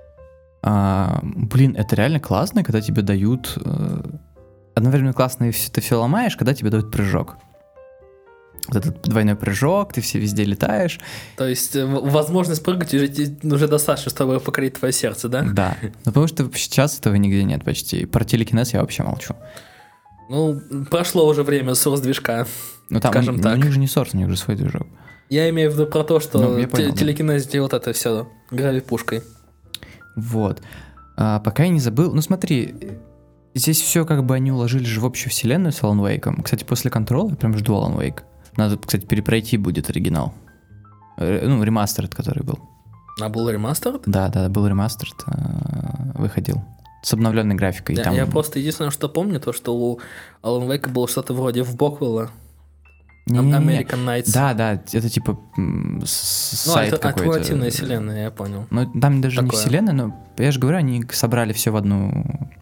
А, блин, это реально классно, когда тебе дают... Э, одновременно классно, и всё- ты все ломаешь, когда тебе дают прыжок. Вот этот двойной прыжок, ты все везде летаешь. То есть, э, в- возможность прыгать уже, те- уже достаточно, чтобы покорить твое сердце, да? Да. Ну, потому что сейчас этого нигде нет почти. Про телекинез я вообще молчу. Ну, прошло уже время source движка. Ну, там Скажем у, так. у них же не Source, у них же свой движок. Я имею в виду про то, что Ну, я те- понял, да. телекинезите вот это все гравипушкой. Вот. А, пока я не забыл. Ну, смотри, здесь все как бы они уложили же в общую вселенную с Alan Wake'ом. Кстати, после Control я прям жду Alan Wake. Надо, кстати, перепройти будет оригинал. Э, Ну, ремастер, который был. А был ремастер? Да, да, был ремастер, выходил. С обновленной графикой. Я, там... я просто единственное, что помню, то, что у Alan Wake было что-то вроде в Боквелла. Не-не-не. American Nights. Да, да, это типа м, с- Ну, сайт это какой-то. альтернативная вселенная, я понял. Ну, там даже не Такое. вселенная, но я же говорю, они собрали все в одну...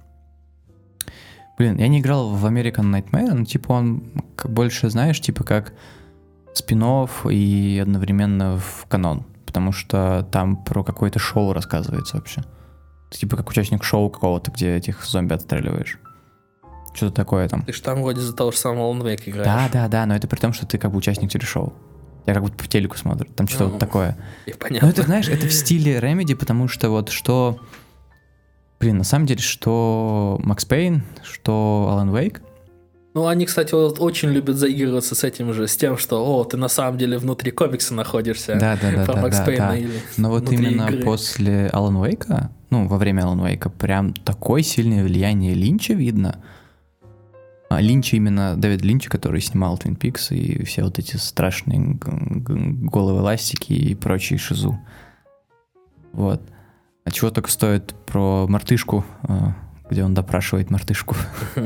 Блин, я не играл в American Nightmare, но типа он как больше, знаешь, типа как спин-офф и одновременно в канон, потому что там про какое-то шоу рассказывается вообще. Ты типа как участник шоу какого-то, где этих зомби отстреливаешь. Что-то такое там. Ты же там вроде за того же самого Alan Wake играешь. Да, да, да, но это при том, что ты как бы участник телешоу. Я как будто по телеку смотрю, там что-то Ну, вот такое. И Ну понятно. это, знаешь, это в стиле Remedy, потому что вот что... Блин, на самом деле, что Макс Пейн, что Alan Wake. Ну, они, кстати, вот очень любят заигрываться с этим же, с тем, что, о, ты на самом деле внутри комикса находишься. Да, да, да, Про да, Макс да, Пейна да. или Но вот внутри именно игры. после Alan Wake'а, ну, во время Alan Wake'а, прям такое сильное влияние Линча видно. А Линч именно, Дэвид Линч, который снимал Twin Peaks и все вот эти страшные г- г- головы ластики и прочие шизу. Вот. А чего только стоит про мартышку, а, где он допрашивает мартышку,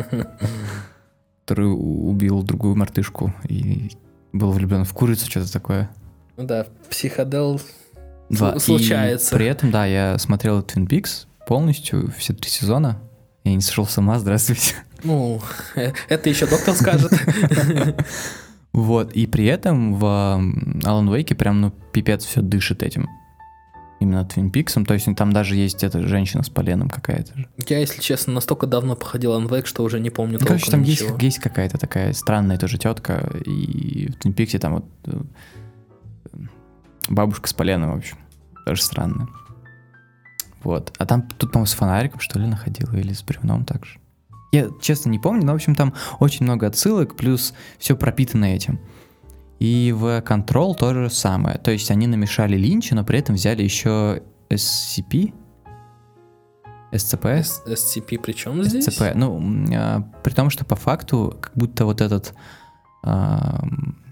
который у- убил другую мартышку и был влюблен в курицу, что-то такое. Ну да, психодел Да, Сл- случается. И при этом, да, я смотрел Twin Peaks полностью, все три сезона. Я не сошел с ума, здравствуйте. Ну, э, это еще доктор скажет. Вот, и при этом в Alan Wake'е прям, ну, пипец все дышит этим. Именно Twin Peaks'ом, то есть там даже есть эта женщина с поленом какая-то же. Я, если честно, настолько давно проходил Alan Wake, что уже не помню Ну, короче, толком там есть, ничего. есть какая-то такая странная тоже тетка, и в Twin Peaks'е там вот э, бабушка с поленом, в общем, тоже странно. Вот, а там тут, по-моему, с фонариком, что ли, находила, или с бревном также. Я, честно, не помню, но, в общем, там очень много отсылок, плюс все пропитано этим. И в Control то же самое. То есть они намешали Линча, но при этом взяли еще эс си пи, эс си пи, С- эс си пи при чем здесь? эс си пи. Ну, м, а, при том, что по факту, как будто вот этот а,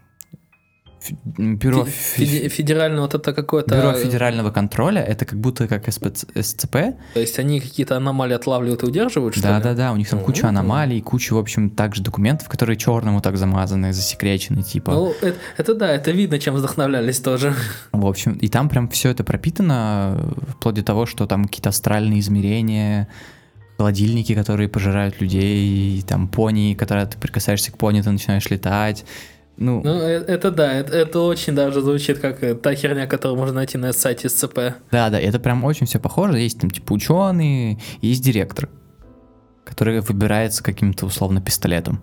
фе- бюро, Фе- фе- феде- Федеральное вот это какое-то... бюро федерального контроля, это как будто как эс си пи. То есть они какие-то аномалии отлавливают и удерживают, что ли? Да-да-да, у них там куча Мгм. аномалий, куча, в общем, также документов, которые черным вот так замазаны, засекречены, типа. Ну, это, это да, это видно, чем вдохновлялись тоже. В общем, и там прям все это пропитано, э, вплоть до того, что там какие-то астральные измерения, холодильники, которые пожирают людей, там пони, когда ты прикасаешься к пони, ты начинаешь летать. Ну, Ну, э- это да, это, это очень даже звучит как э, та херня, которую можно найти на сайте эс си пи. да, да, это прям очень все похоже. Есть там типа ученые, есть директор, который выбирается каким-то условно пистолетом.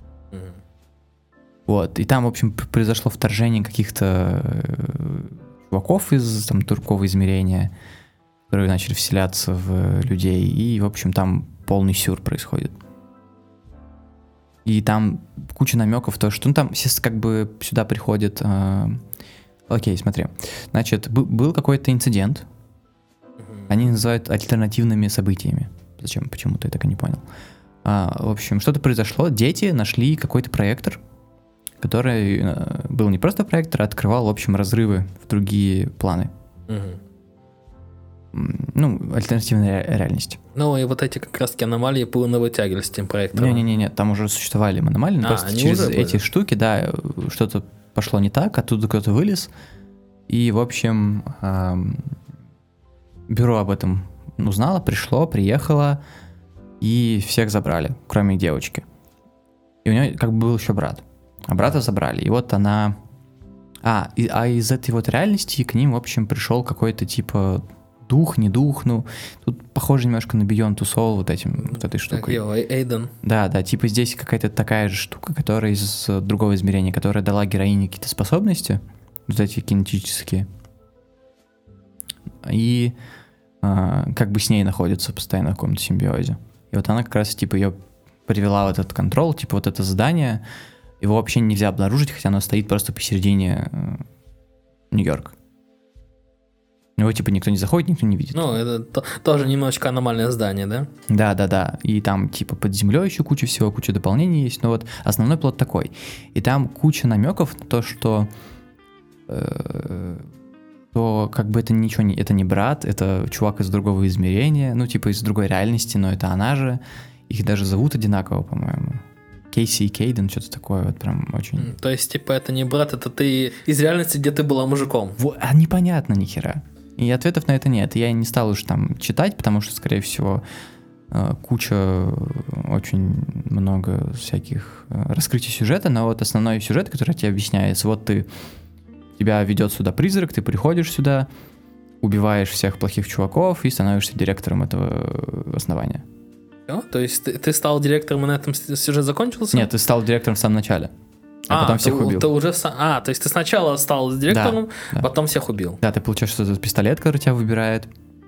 Вот, и там, в общем, п- произошло вторжение каких-то э, чуваков из там другого измерения, которые начали вселяться в людей, и, в общем, там полный сюр происходит. И там куча намеков, то, что ну, там все как бы сюда приходят. э, Окей, смотри. Значит, бы- был какой-то инцидент, они называют альтернативными событиями. Зачем? Почему-то я так и не понял. А, в общем, что-то произошло, дети нашли какой-то проектор, который э, был не просто проектор, а открывал, в общем, разрывы в другие планы. М, Ну, альтернативной ре- реальности. Ну, и вот эти как раз-таки аномалии полно вытягивали с тем проектором. Не-не-не, там уже существовали аномалии, но А, просто они через уже были? эти штуки, да, э, что-то пошло не так, оттуда кто-то вылез, и, в общем, ам, бюро об этом узнало, пришло, приехало, и всех забрали, кроме девочки. И у нее как бы был еще брат. А брата забрали. И вот она... А, и- а из этой вот реальности к ним, в общем, пришел какой-то типа дух, не дух, ну, тут похоже немножко на Beyond Two Soul вот этим, вот этой Так, штукой. йо, Эй- Эйден. Да, да, типа здесь какая-то такая же штука, которая из э, другого измерения, которая дала героине какие-то способности, вот эти кинетические. И а, как бы с ней находится постоянно в каком-то симбиозе. И вот она как раз, типа, ее привела в этот контрол, типа, вот это здание, его вообще нельзя обнаружить, хотя оно стоит просто посередине э, Нью-Йорка. В него, типа, никто не заходит, никто не видит. Ну, это то- тоже немножечко аномальное здание, да? Да, да, да. И там, типа, под землей еще куча всего, куча дополнений есть. Но вот основной плот такой. И там куча намеков на то, что э, то как бы это ничего не, это не брат, это чувак из другого измерения, ну, типа, из другой реальности, но это она же. Их даже зовут одинаково, по-моему. Кейси и Кейден, что-то такое вот прям очень... То есть, типа, это не брат, это ты из реальности, где ты была мужиком. Во, а непонятно ни хера. И ответов на это нет. Я не стал уж там читать, потому что, скорее всего, куча, очень много всяких раскрытий сюжета, но вот основной сюжет, который тебе объясняется, вот ты, тебя ведет сюда призрак, ты приходишь сюда, убиваешь всех плохих чуваков и становишься директором этого основания. О, то есть ты, ты стал директором, и на этом сюжет закончился? Нет, ты стал директором в самом начале, а, а потом всех ты, убил. Ты уже в... А, то есть ты сначала стал директором, да, да. потом всех убил. Да, ты получаешь этот пистолет, который тебя выбирает.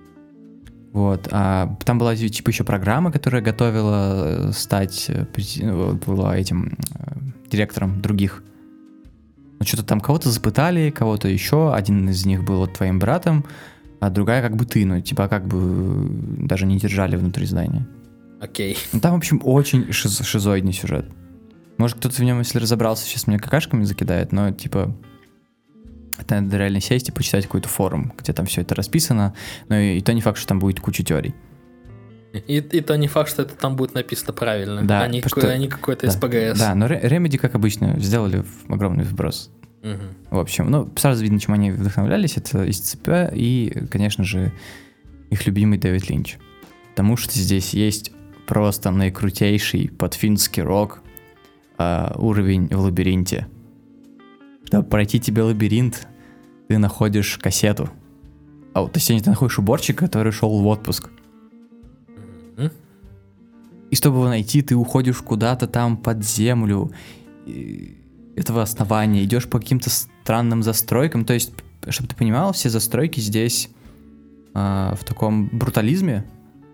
Вот. А там была типа еще программа, которая готовила стать была этим директором других. Ну, что-то там кого-то запытали, кого-то еще. Один из них был вот твоим братом, а другая как бы ты, ну, типа как бы даже не держали внутри здания. Окей. Ну, там, в общем, очень шиз- шизоидный сюжет. Может, кто-то в нем, если разобрался, сейчас меня какашками закидает, но, типа, это надо реально сесть и почитать какой-то форум, где там все это расписано, но и, и то не факт, что там будет куча теорий. И, и то не факт, что это там будет написано правильно, да, а не, какой, что... а не какой-то да, эс пэ гэ эс. Да, но Remedy, как обычно, сделали огромный вброс. Угу. В общем, ну, сразу видно, чем они вдохновлялись, это из ЦП и, конечно же, их любимый Дэвид Линч. Потому что здесь есть просто наикрутейший подфинский рок, э, уровень в лабиринте. Чтобы пройти тебе лабиринт, ты находишь кассету. А вот, то есть ты находишь уборщика, который шел в отпуск. Mm-hmm. И чтобы его найти, ты уходишь куда-то там под землю этого основания, идешь по каким-то странным застройкам. То есть, чтобы ты понимал, все застройки здесь э, в таком брутализме,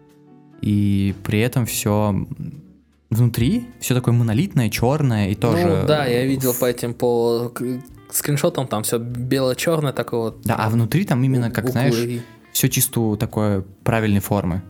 и при этом все внутри, все такое монолитное, черное и тоже... Ну да, я видел по этим, по скриншотам, там все бело-черное такое вот. Да, а внутри там именно, как, углы. Знаешь, все чисто такое правильной формы.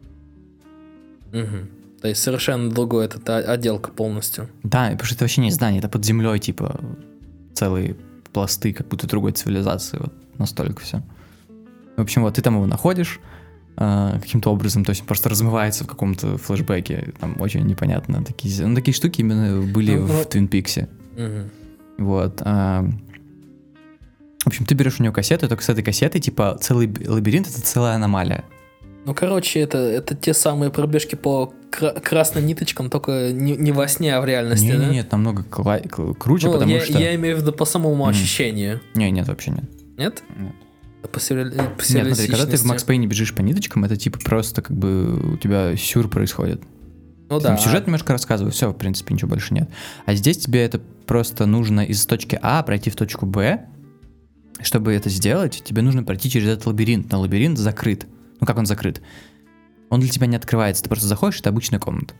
Угу. То есть совершенно другое, это отделка полностью. Да, потому что это вообще не здание, это под землей, типа, целые пласты, как будто другой цивилизации, вот настолько все. В общем, вот ты там его находишь, каким-то образом, то есть он просто размывается в каком-то флешбеке, там очень непонятно, такие, ну, такие штуки именно были ну, в Твин Пиксе. Угу. Вот. А, в общем, ты берешь у него кассету, только с этой кассетой, типа, целый лабиринт — это целая аномалия. Ну, короче, это, это те самые пробежки по кра- красным ниточкам, только не, не во сне, а в реальности, не, да? Нет, намного кла- кл- круче, ну, потому я, что... я имею в виду по самому mm. ощущению. Не, нет, вообще нет. Нет? Нет. По сюрре... по Нет, смотри, когда ты в Макс Пейне бежишь по ниточкам, это типа просто как бы у тебя сюр происходит. Ну Там да. сюжет немножко рассказываю, все, в принципе, ничего больше нет. А здесь тебе это просто нужно из точки А пройти в точку Б. Чтобы это сделать, тебе нужно пройти через этот лабиринт. Но лабиринт закрыт. Ну как он закрыт? Он для тебя не открывается. Ты просто заходишь, это обычная комната.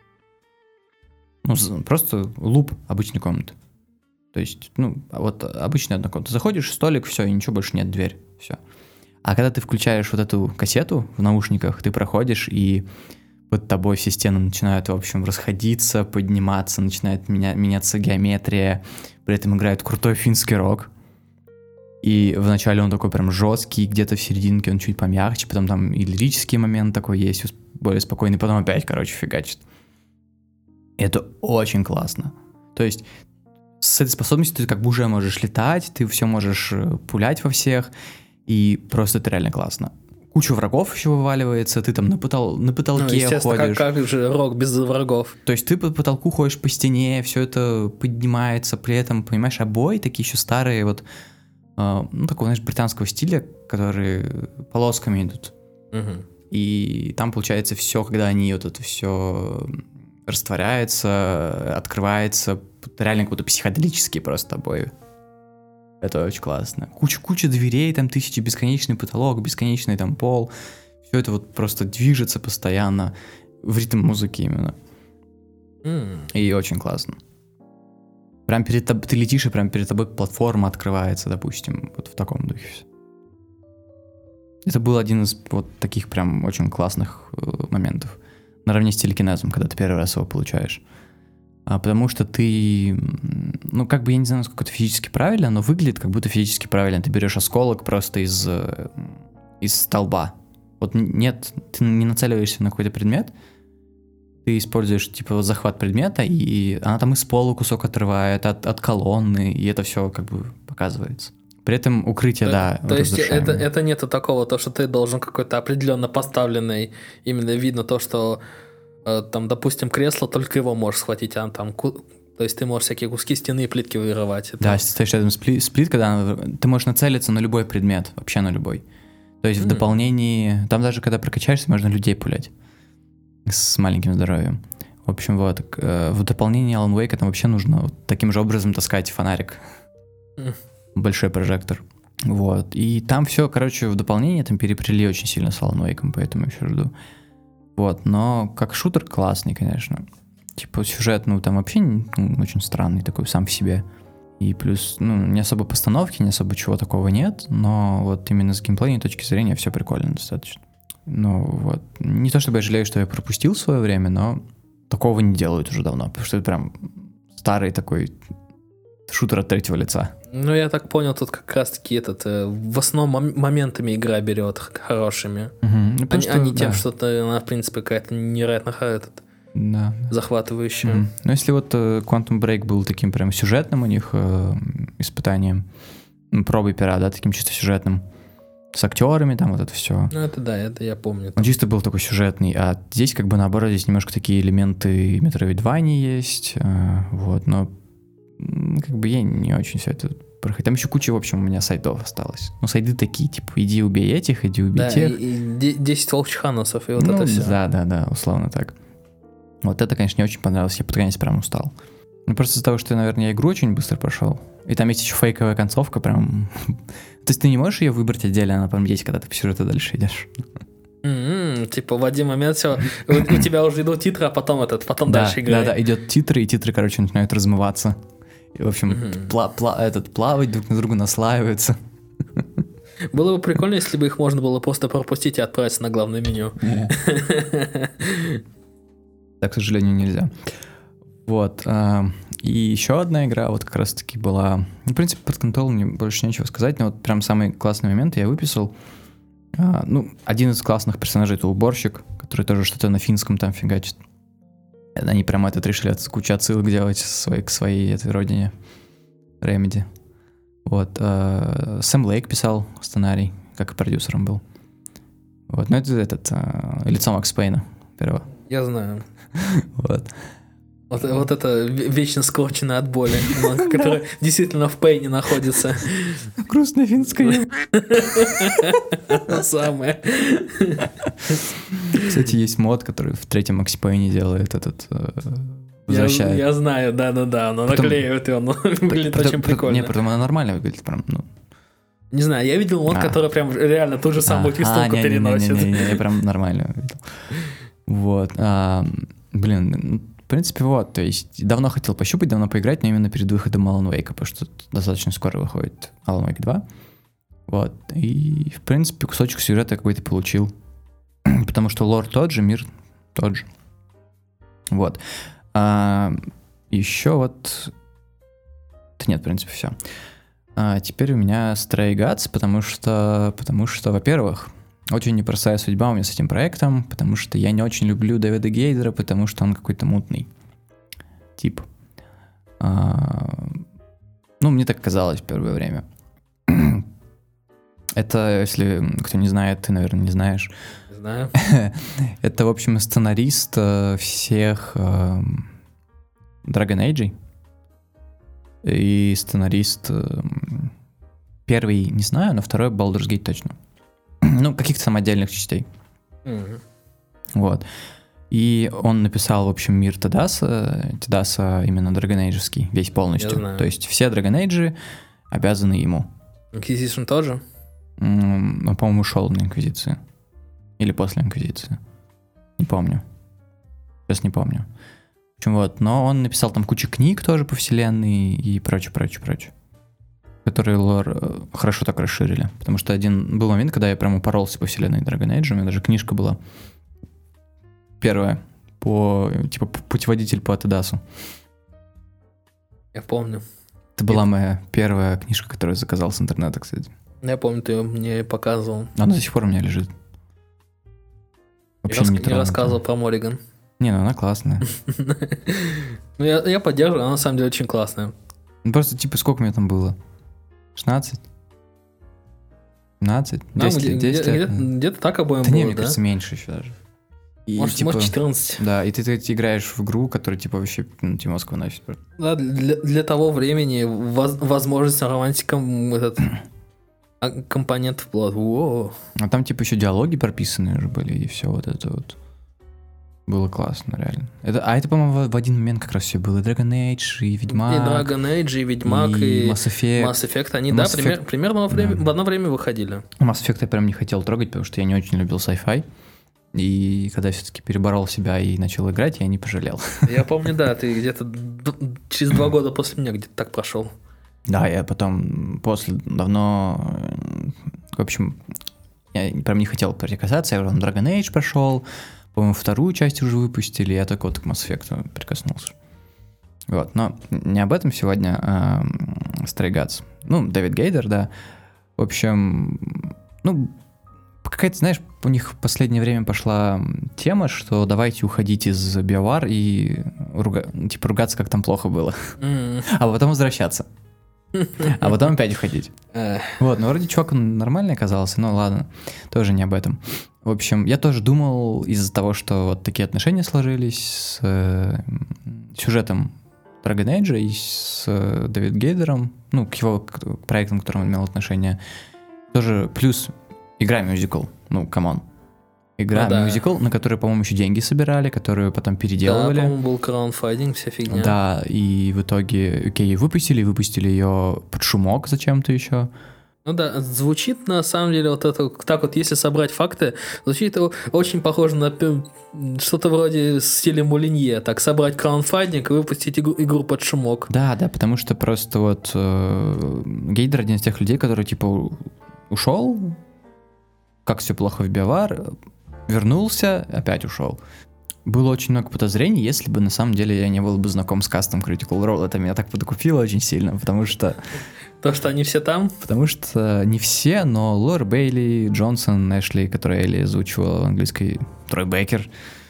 Ну, просто луп обычной комнаты. То есть, ну, вот обычная одна комната. Заходишь, столик, все, и ничего больше нет, дверь, все. А когда ты включаешь вот эту кассету в наушниках, ты проходишь, и под тобой все стены начинают, в общем, расходиться, подниматься, начинает меня, меняться геометрия, при этом играет крутой финский рок. И вначале он такой прям жесткий, где-то в серединке он чуть помягче, потом там и лирический момент такой есть, более спокойный, потом опять, короче, фигачит. И это очень классно. То есть с этой способностью ты как бы уже можешь летать, ты все можешь пулять во всех, и просто это реально классно. Куча врагов еще вываливается, ты там на, потол- на потолке ну, ходишь. Как, как же рок без врагов? То есть ты по потолку ходишь по стене, все это поднимается, при этом, понимаешь, обои такие еще старые, вот, э, ну, такого, знаешь, британского стиля, которые полосками идут. Угу. И там получается все, когда они вот это все растворяется, открывается, реально какой-то психоделический просто обои. Это очень классно. Куча-куча дверей, там тысячи, бесконечный потолок, бесконечный там пол. Все это вот просто движется постоянно в ритм музыки именно. Mm. И очень классно. Прям перед тобой, ты летишь, и прям перед тобой платформа открывается, допустим, вот в таком духе все. Это был один из вот таких прям очень классных э, моментов. Наравне с телекинезом, когда ты первый раз его получаешь. А, потому что ты, ну, как бы, я не знаю, насколько это физически правильно, но выглядит как будто физически правильно. Ты берешь осколок просто из, из столба. Вот нет, ты не нацеливаешься на какой-то предмет, ты используешь, типа, вот захват предмета, и она там из пола кусок отрывает, от, от колонны, и это все как бы показывается. При этом укрытие, то, да, то есть разрушаемое. это, это нету такого, то, что ты должен какой-то определенно поставленный, именно видно то, что э, там, допустим, кресло, только его можешь схватить, а там, ку... то есть ты можешь всякие куски стены и плитки вырывать. Это... Да, если ты стоишь рядом с плит, с плиткой, да, ты можешь нацелиться на любой предмет, вообще на любой. То есть mm. в дополнении, там даже когда прокачаешься, можно людей пулять с маленьким здоровьем. В общем, вот, в дополнении Alan Wake там вообще нужно вот таким же образом таскать фонарик. Mm. Большой прожектор. Вот. И там все, короче, в дополнение там переплели очень сильно с Alan Wake, поэтому еще жду. Вот, но как шутер классный, конечно. Типа сюжет, ну, там вообще ну, очень странный такой сам в себе. И плюс, ну, не особо постановки, не особо чего такого нет, но вот именно с геймплейной точки зрения все прикольно достаточно. Ну, вот. Не то чтобы я жалею, что я пропустил в свое время, но такого не делают уже давно, потому что это прям старый такой шутер от третьего лица. Ну, я так понял, тут как раз-таки этот, э, в основном мом- моментами игра берет хорошими, Угу. Ну, а, что, а не тем, да. что она, в принципе, какая-то невероятно этот, Да. захватывающая. Mm. Ну, если вот э, Quantum Break был таким прям сюжетным у них э, испытанием, ну, пробой пера, да, таким чисто сюжетным, с актерами, там вот это все. Ну, это да, это я помню. Он Там. чисто был такой сюжетный, а здесь как бы наоборот, здесь немножко такие элементы Metroidvania есть, э, вот, но м, как бы я не очень все это проходил. Там еще куча, в общем, у меня сайтов осталось. Ну, сайды такие, типа, иди убей этих, иди убей Да, тех. и, и де- десять волчьих анусов, и вот ну, это все. Да, да, да, условно так. Вот это, конечно, не очень понравилось, я под конец прям устал. Ну, просто из-за того, что, наверное, я игру очень быстро прошел. И там есть еще фейковая концовка, прям... То есть ты не можешь ее выбрать отдельно, она прям есть, когда ты по сюжету дальше идешь. Mm-hmm, типа в один момент все, у, у тебя уже идут титры, а потом этот, потом да, дальше играешь. Да, да, идет титры, и титры, короче, начинают размываться. И, в общем, Mm-hmm. пла- пла- этот, плавать друг на друга наслаиваются. Было бы прикольно, если бы их можно было просто пропустить и отправиться на главное меню. Так, к сожалению, нельзя. Вот. И еще одна игра вот как раз-таки была... В принципе, под Control мне больше нечего сказать, но вот прям самый классный момент я выписал. Ну, один из классных персонажей — это уборщик, который тоже что-то на финском там фигачит. Они прям этот решили кучу отсылок делать своей, к своей этой родине. Remedy. Вот. Сэм Лейк писал сценарий, как и продюсером был. Вот. Ну, это этот... Лицо Макс Пейна первого. Я знаю. Вот. Вот, вот это вечно скорченное от боли, которое действительно в Пейне находится. Грустная финская. Самое. Кстати, есть мод, который в третьем Макс Пейне делает этот... Возвращает. Я, я знаю, да-да-да, оно Потом, наклеивает, и оно выглядит потом, очень прикольно. Не, потом она нормально выглядит, прям, ну... Не знаю, я видел мод, а. который прям реально ту же самую а, текстурку а, переносит. Не-не-не, я прям нормально видел. Вот. А, блин, в принципе, вот, то есть давно хотел пощупать, давно поиграть, но именно перед выходом Alan Wake, потому что достаточно скоро выходит Alan Wake два. Вот. И, в принципе, кусочек сюжета какой-то получил. Потому что лор тот же, мир тот же. Вот. А, еще вот... Да нет, в принципе, все. А теперь у меня Stray Gods, потому что, потому что, во-первых, очень непростая судьба у меня с этим проектом, потому что я не очень люблю Дэвида Гейзера, потому что он какой-то мутный тип. А, ну, мне так казалось в первое время. Это, если кто не знает, ты, наверное, не знаешь. Знаю. Это, в общем, сценарист всех э, Dragon Age. И сценарист э, первый, не знаю, но второй Baldur's Gate точно. Ну, каких-то там отдельных частей. Mm-hmm. Вот. И он написал, в общем, мир Тедаса. Тедаса именно Dragon Age-овский, весь полностью. То есть все Dragon Age обязаны ему. Inquisition тоже? М-м, он, по-моему, ушел на Инквизицию. Или после Инквизиции. Не помню. Сейчас не помню. В общем, вот. Но он написал там кучу книг тоже по вселенной и прочее, прочее, прочее. Которые лор хорошо так расширили. Потому что один был момент, когда я прям упоролся по вселенной Dragon Age. У меня даже книжка была первая. По, типа, путеводитель по Тедасу. Я помню. Это была моя первая книжка, которую я заказал с интернета, кстати. Я помню, ты ее мне показывал. Она до сих пор у меня лежит. Вообще не, не рассказывал про Морриган. Не, ну она классная. Ну, я, я поддерживаю, она на самом деле очень классная. Ну, просто, типа, сколько мне там было? шестнадцать? пятнадцать? Ну, десять где- лет, десять где- лет. где- Где-то так обоим Да не, было, мне да? кажется, меньше еще даже. И, Может, типа, может, четырнадцать. Да, и ты, ты, ты играешь в игру, которая, типа, вообще, ну, тебе мозг выносит. Да, для, для того времени воз- возможность романтиком этот а, компонент была. Во. А там, типа, еще диалоги прописанные уже были, и все вот это вот. Было классно, реально. Это, а это, по-моему, в, в один момент как раз все было. И Dragon Age, и Ведьмак. И Dragon Age, и Ведьмак, и, и Mass Effect. Mass Effect. Они, Mass да, Effect. пример- примерно во время, Да. в одно время выходили. Mass Effect я прям не хотел трогать, потому что я не очень любил sci-fi. И когда все-таки переборол себя и начал играть, я не пожалел. Я помню, да, ты где-то д- через два года после меня где-то так прошел. Да, я потом после давно... э, В общем, я прям не хотел прикасаться. Я уже на Dragon Age прошел. По-моему, вторую часть уже выпустили. Я только вот к Mass Effect прикоснулся. Вот, но не об этом сегодня, а Stray Gods. Ну, Дэвид Гейдер, да. В общем, ну, какая-то, знаешь, у них в последнее время пошла тема, что давайте уходить из BioWare и руга... типа ругаться, как там плохо было. М. А потом возвращаться. А потом опять уходить. Эх. Вот, ну вроде чувак он нормальный оказался, но ладно, тоже не об этом. В общем, я тоже думал из-за того, что вот такие отношения сложились с э, сюжетом Dragon Age и с э, Дэвид Гейдером, ну, к его к проектам, к которым он имел отношение, тоже плюс игра мюзикл, ну, камон. Игра Ну да. мюзикл, на которую, по-моему, еще деньги собирали, которую потом Да, переделывали. по-моему, был краунфайдинг, вся фигня. Да, и в итоге, окей, ее выпустили, выпустили ее под шумок зачем-то еще. Ну да, звучит на самом деле вот это, так вот, если собрать факты, звучит о- очень похоже на пи- что-то вроде стиля Молинье, так, собрать краунфайдинг и выпустить игру, игру под шумок. Да, да, потому что просто вот э, Гейдер один из тех людей, который типа у- ушел, как все плохо в BioWare, вернулся, опять ушел. Было очень много подозрений, если бы на самом деле я не был бы знаком с кастом Critical Role. Это меня так подкупило очень сильно, потому что... То, что они все там. Потому что не все, но Лор Бейли, Джонсон, Эшли, которая Элли озвучивала в английской, Трой Бейкер.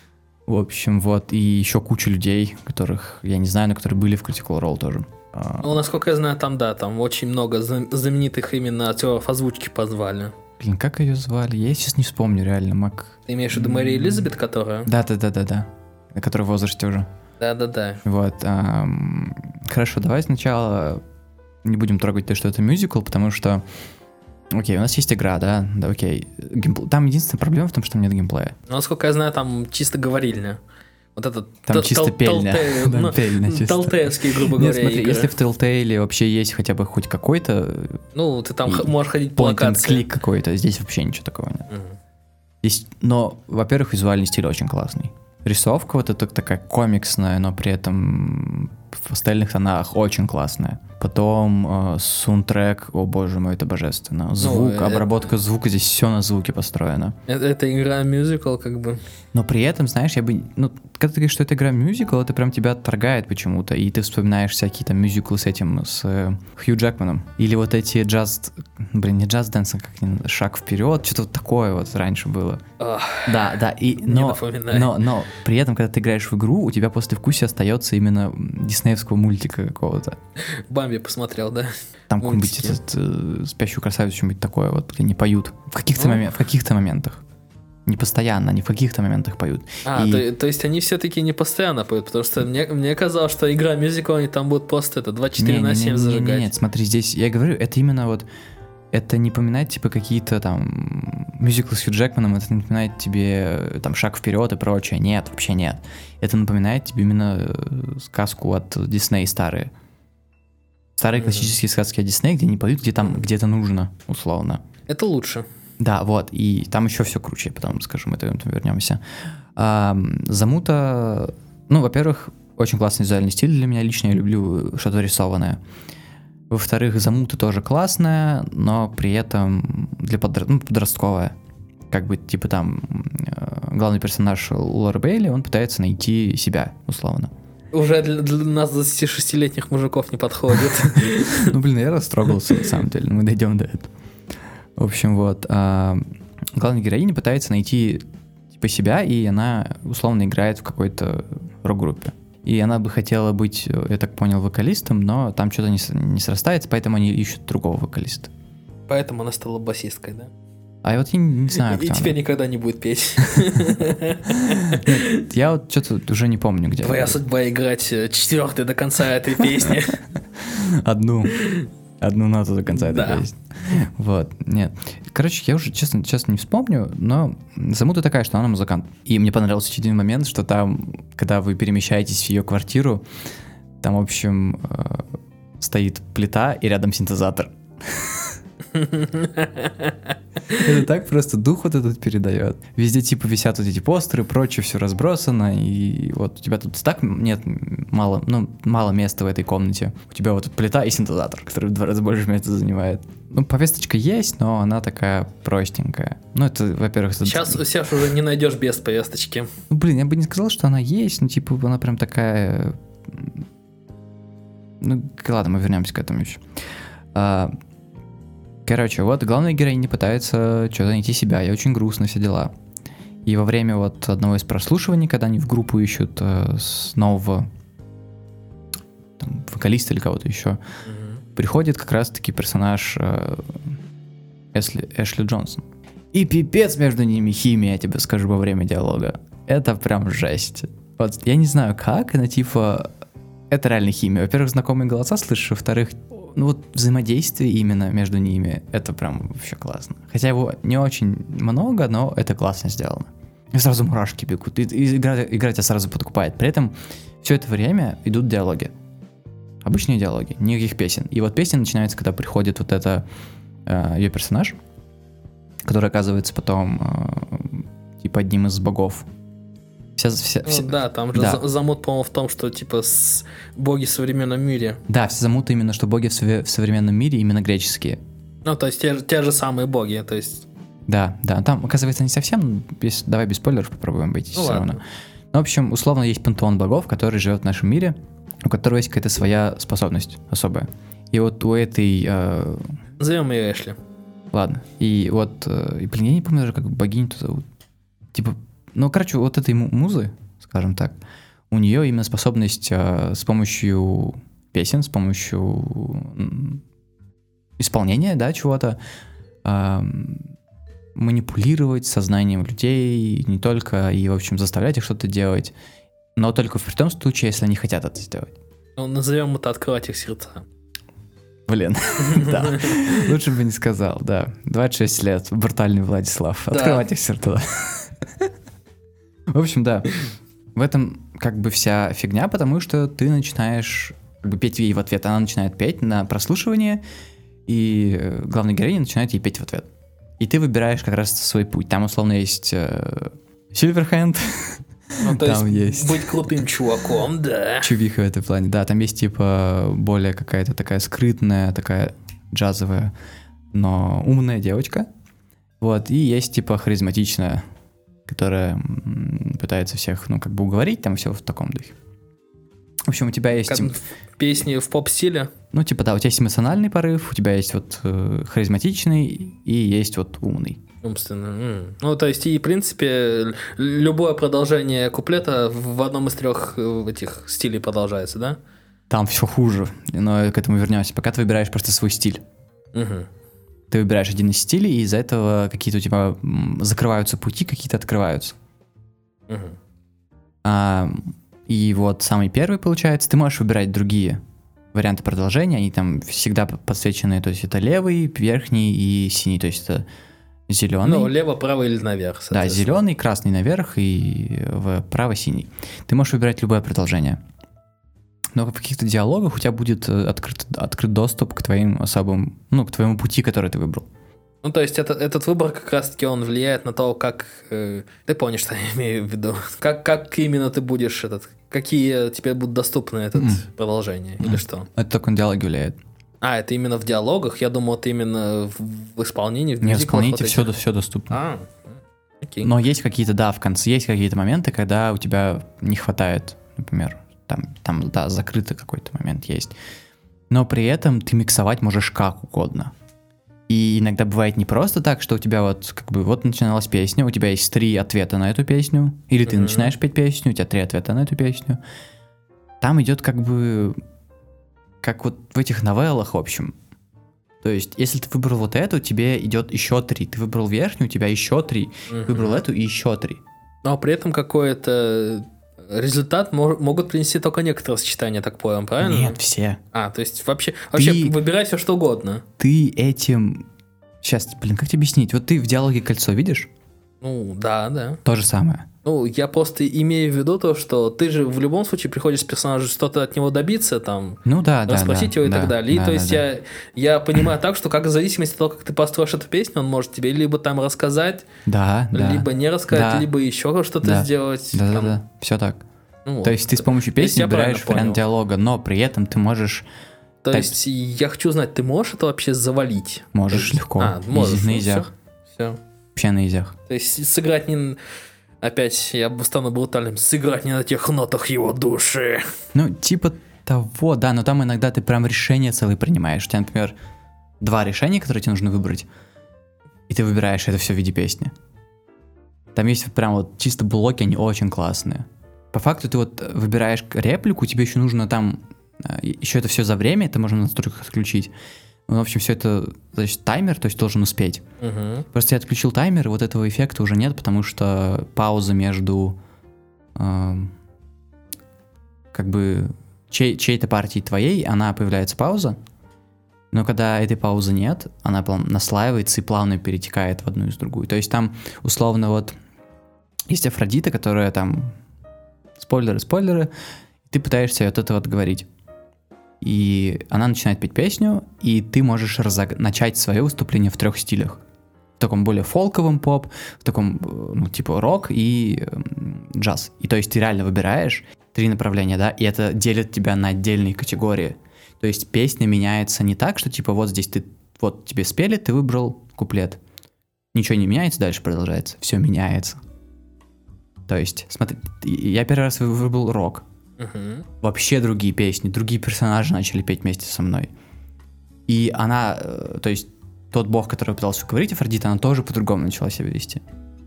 В общем, вот. И еще куча людей, которых я не знаю, но которые были в Critical Role тоже. А, Ну, насколько я знаю, там, да, там очень много зна- знаменитых именно актеров озвучки позвали. Блин, как ее звали? Я сейчас не вспомню, реально. Мак... Ты имеешь в виду Мэри Элизабет, которая? Да-да-да-да-да. Которая в возрасте уже. Да-да-да. Вот. ам, Хорошо, давай сначала не будем трогать то, что это мюзикл, потому что... Окей, у нас есть игра, да? Да, окей. Геймпл- Там единственная проблема в том, что там нет геймплея. Ну, насколько я знаю, там чисто говорильня. Вот этот... Там тел- чисто тел- пельня. телтейл, Там ну, пельня чисто. Телтейлские, грубо Нет, говоря, смотри, игры. если в Telltale вообще есть хотя бы хоть какой-то Ну, ты там И х- можешь ходить по локации. point-and-click какой-то, здесь вообще ничего такого нет. Мгм. Здесь, но, во-первых, визуальный стиль очень классный. Рисовка вот эта такая комиксная, но при этом в остальных тонах очень классная. Потом э, саундтрек, о боже мой, это божественно. Звук, это- обработка звука, здесь все на звуке построено. Это, это игра мюзикл, как бы. Но при этом, знаешь, я бы... Ну, когда ты говоришь, что это игра мюзикл, это прям тебя отторгает почему-то, и ты вспоминаешь всякие там мюзиклы с этим, с э, Хью Джекманом. Или вот эти джаз... Блин, не джаз дэнс, а как они, шаг вперед, что-то вот такое вот раньше было. Ах, Да, да, и... не Но, напоминай. но, но при этом, когда ты играешь в игру, у тебя после вкуса остается именно диснеевского мультика какого-то. Бамби посмотрел, да? Там какой-нибудь Мультики. этот, э, «Спящую красавицу», что-нибудь такое, вот, где они поют. В каких-то, Ну. момен- в каких-то моментах. Не постоянно, они в каких-то моментах поют. А, И- то, то есть они все-таки не постоянно поют, потому что мне, мне казалось, что игра мюзикл, они там будут просто это двадцать четыре на семь зажигать. Нет, смотри, здесь, я говорю, это именно вот, это не напоминает, типа, какие-то там мюзиклы с Хью Джекманом, это не напоминает тебе, э, там, «Шаг вперед» и прочее. Нет, вообще нет. Это напоминает тебе именно э, сказку от Дисней старые. Старые Мгм. классические сказки от Дисней, где не поют, где там, где это нужно, условно. Это лучше. Да, вот, и там еще все круче, потом, скажем, это вернемся. А, Замута, ну, во-первых, очень классный визуальный стиль для меня, лично я люблю что-то рисованное. Во-вторых, Замута тоже классная, но при этом для подро- ну, подростковая. Как бы, типа там, э, главный персонаж Лора Бейли, он пытается найти себя, условно. Уже для, для нас двадцатишестилетних мужиков не подходит. Ну, блин, я растрогался, на самом деле, мы дойдем до этого. В общем, вот, а, главная героиня пытается найти типа себя, и она условно играет в какой-то рок-группе. И она бы хотела быть, я так понял, вокалистом, но там что-то не, не срастается, поэтому они ищут другого вокалиста. Поэтому она стала басисткой, да? А вот я не, не знаю, кто И она. теперь никогда не будет петь. Нет, я вот что-то уже не помню, где. Твоя судьба играть четвертый до конца этой песни. Одну. Одну ноту до конца этой Да. песни. Вот, нет. Короче, я уже, честно, честно не вспомню, но замута такая, что она музыкант. И мне понравился еще один момент, что там, когда вы перемещаетесь в ее квартиру, там, в общем, э, стоит плита и рядом синтезатор. Это так просто дух вот этот передает. Везде типа висят вот эти постеры, прочее, все разбросано, и вот у тебя тут так нет мало, ну, мало места в этой комнате. У тебя вот тут плита и синтезатор, который в два раза больше места занимает. Ну, повесточка есть, но она такая простенькая. Ну, это, во-первых... Сейчас, сейчас уже не найдешь без повесточки. Ну, блин, я бы не сказал, что она есть, но типа она прям такая... Ну, ладно, мы вернемся к этому еще. А, короче, вот главная героиня пытается что-то найти себя, и очень грустно все дела. И во время вот одного из прослушиваний, когда они в группу ищут э, с нового там, вокалиста или кого-то еще, mm-hmm. приходит как раз-таки персонаж э, Эшли, Эшли Джонсон. И пипец между ними химия, я тебе скажу, во время диалога. Это прям жесть. Вот я не знаю как, но типа... Это реально химия. Во-первых, знакомые голоса слышишь, во-вторых, ну вот взаимодействие именно между ними, это прям вообще классно. Хотя его не очень много, но это классно сделано. И сразу мурашки бегут, и, и игра, игра тебя сразу подкупает. При этом все это время идут диалоги. Обычные диалоги, никаких песен. И вот песня начинается, когда приходит вот это э, ее персонаж, который оказывается потом э, типа одним из богов. Вся, вся, ну, вся... Да, там же да. замут, по-моему, в том, что типа с... боги в современном мире. Да, все замуты именно, что боги в, сове... в современном мире именно греческие. Ну, то есть те, те же самые боги, то есть... Да, да, там, оказывается, не совсем, без... давай без спойлеров попробуем обойтись ну, все равно. Ну, в общем, условно есть пантеон богов, который живет в нашем мире, у которого есть какая-то своя способность особая. И вот у этой... Э... Назовем ее Эшли. Ладно, и вот, э... и, блин, я не помню даже, как богиню-то зовут. Типа... Ну, короче, вот этой музы, скажем так, у нее именно способность э, с помощью песен, с помощью исполнения, да, чего-то, э, манипулировать сознанием людей, не только, и, в общем, заставлять их что-то делать, но только в том случае, если они хотят это сделать. Ну, назовем это открывать их сердца. Блин, да, лучше бы не сказал, да. двадцать шесть лет, брутальный Владислав, открывать их сердца. В общем, да, в этом как бы вся фигня, потому что ты начинаешь как бы петь ей в ответ. Она начинает петь на прослушивание, и главная героиня начинает ей петь в ответ. И ты выбираешь как раз свой путь. Там, условно, есть Silverhand. Ну, то там есть, есть быть крутым чуваком, да. Чувиха в этой плане. Да, там есть типа более какая-то такая скрытная, такая джазовая, но умная девочка. Вот, и есть типа харизматичная, которая пытается всех, ну, как бы уговорить, там все в таком духе. В общем, у тебя есть... Как песни в поп-стиле? Ну, типа, да, у тебя есть эмоциональный порыв, у тебя есть вот э, харизматичный и есть вот умный. Умственно. Mm. Ну, то есть, и, в принципе, любое продолжение куплета в одном из трех этих стилей продолжается, да? Там все хуже, но к этому вернемся. Пока ты выбираешь просто свой стиль. Угу. Ты выбираешь один из стилей, и из-за этого какие-то у тебя закрываются пути, какие-то открываются. Угу. А, и вот самый первый, получается, ты можешь выбирать другие варианты продолжения, они там всегда подсвечены, то есть это левый, верхний и синий, то есть это зеленый. Ну, лево, право или наверх. Да, зеленый, красный наверх и вправо синий. Ты можешь выбирать любое продолжение. Но в каких-то диалогах у тебя будет открыт, открыт доступ к твоим особым, ну, к твоему пути, который ты выбрал. Ну, то есть это, этот выбор как раз-таки он влияет на то, как... Э, ты понял, что я имею в виду. Как, как именно ты будешь этот... Какие тебе будут доступны это mm. продолжение mm. или что? Это только на диалоге влияет. А, это именно в диалогах? Я думал, это именно в, в исполнении, в Не, в исполнении вот все, все доступно. А, окей. Но есть какие-то, да, в конце есть какие-то моменты, когда у тебя не хватает, например, там, там да, закрытый какой-то момент есть. Но при этом ты миксовать можешь как угодно. И иногда бывает не просто так, что у тебя вот как бы вот начиналась песня, у тебя есть три ответа на эту песню, или ты mm-hmm. начинаешь петь песню, у тебя три ответа на эту песню. Там идет как бы, как вот в этих новеллах, в общем. То есть, если ты выбрал вот эту, тебе идет еще три. Ты выбрал верхнюю, у тебя еще три. Mm-hmm. Выбрал эту и еще три. Но при этом какой-то результат мож- могут принести только некоторые сочетания, так понял, правильно? Нет, все. А, то есть вообще, вообще ты, выбирай все что угодно. Ты этим... Сейчас, блин, как тебе объяснить? Вот ты в диалоге «Кольцо» видишь? Ну, да, да. То же самое. Ну, я просто имею в виду то, что ты же в любом случае приходишь с персонажем что-то от него добиться, там, ну, да, да, расспросить да, его и да, так далее. И да, то да, есть да. я, я понимаю так, что как в зависимости от того, как ты построишь эту песню, он может тебе либо там рассказать, да, либо да. не рассказать, да. либо еще что-то да. сделать. Да, там. да, да, все так. Ну, вот. То есть ты с помощью песни выбираешь вариант диалога, но при этом ты можешь... То так... есть я хочу знать, ты можешь это вообще завалить? Можешь есть... легко. А, можешь. На изях. Все. Вообще на изях. То есть сыграть не... Опять я стану брутальным. Сыграть не на тех нотах его души. Ну, типа того, да, но там иногда ты прям решение целое принимаешь. У тебя, например, два решения, которые тебе нужно выбрать, и ты выбираешь это все в виде песни. Там есть вот прям вот чисто блоки, они очень классные. По факту ты вот выбираешь реплику, тебе еще нужно там, еще это все за время, это можно в настройках отключить. Ну, в общем, все это, значит, таймер, то есть должен успеть. Угу. Просто я отключил таймер, и вот этого эффекта уже нет, потому что пауза между э, как бы чей, чьей-то партией твоей, она появляется пауза, но когда этой паузы нет, она наслаивается и плавно перетекает в одну из другую. То есть там, условно, вот есть Афродита, которая там спойлеры, спойлеры, и ты пытаешься от этого отговорить. И она начинает петь песню, и ты можешь разог... начать свое выступление в трех стилях. В таком более фолковом поп, в таком, ну, типа рок и э, джаз. И то есть ты реально выбираешь три направления, да, и это делит тебя на отдельные категории. То есть песня меняется не так, что типа вот здесь ты, вот тебе спели, ты выбрал куплет. Ничего не меняется, дальше продолжается. Все меняется. То есть, смотри, я первый раз выбрал рок. Uh-huh. Вообще другие песни, другие персонажи начали петь вместе со мной. И она, то есть тот бог, который пытался говорить, Афродита, она тоже по-другому начала себя вести.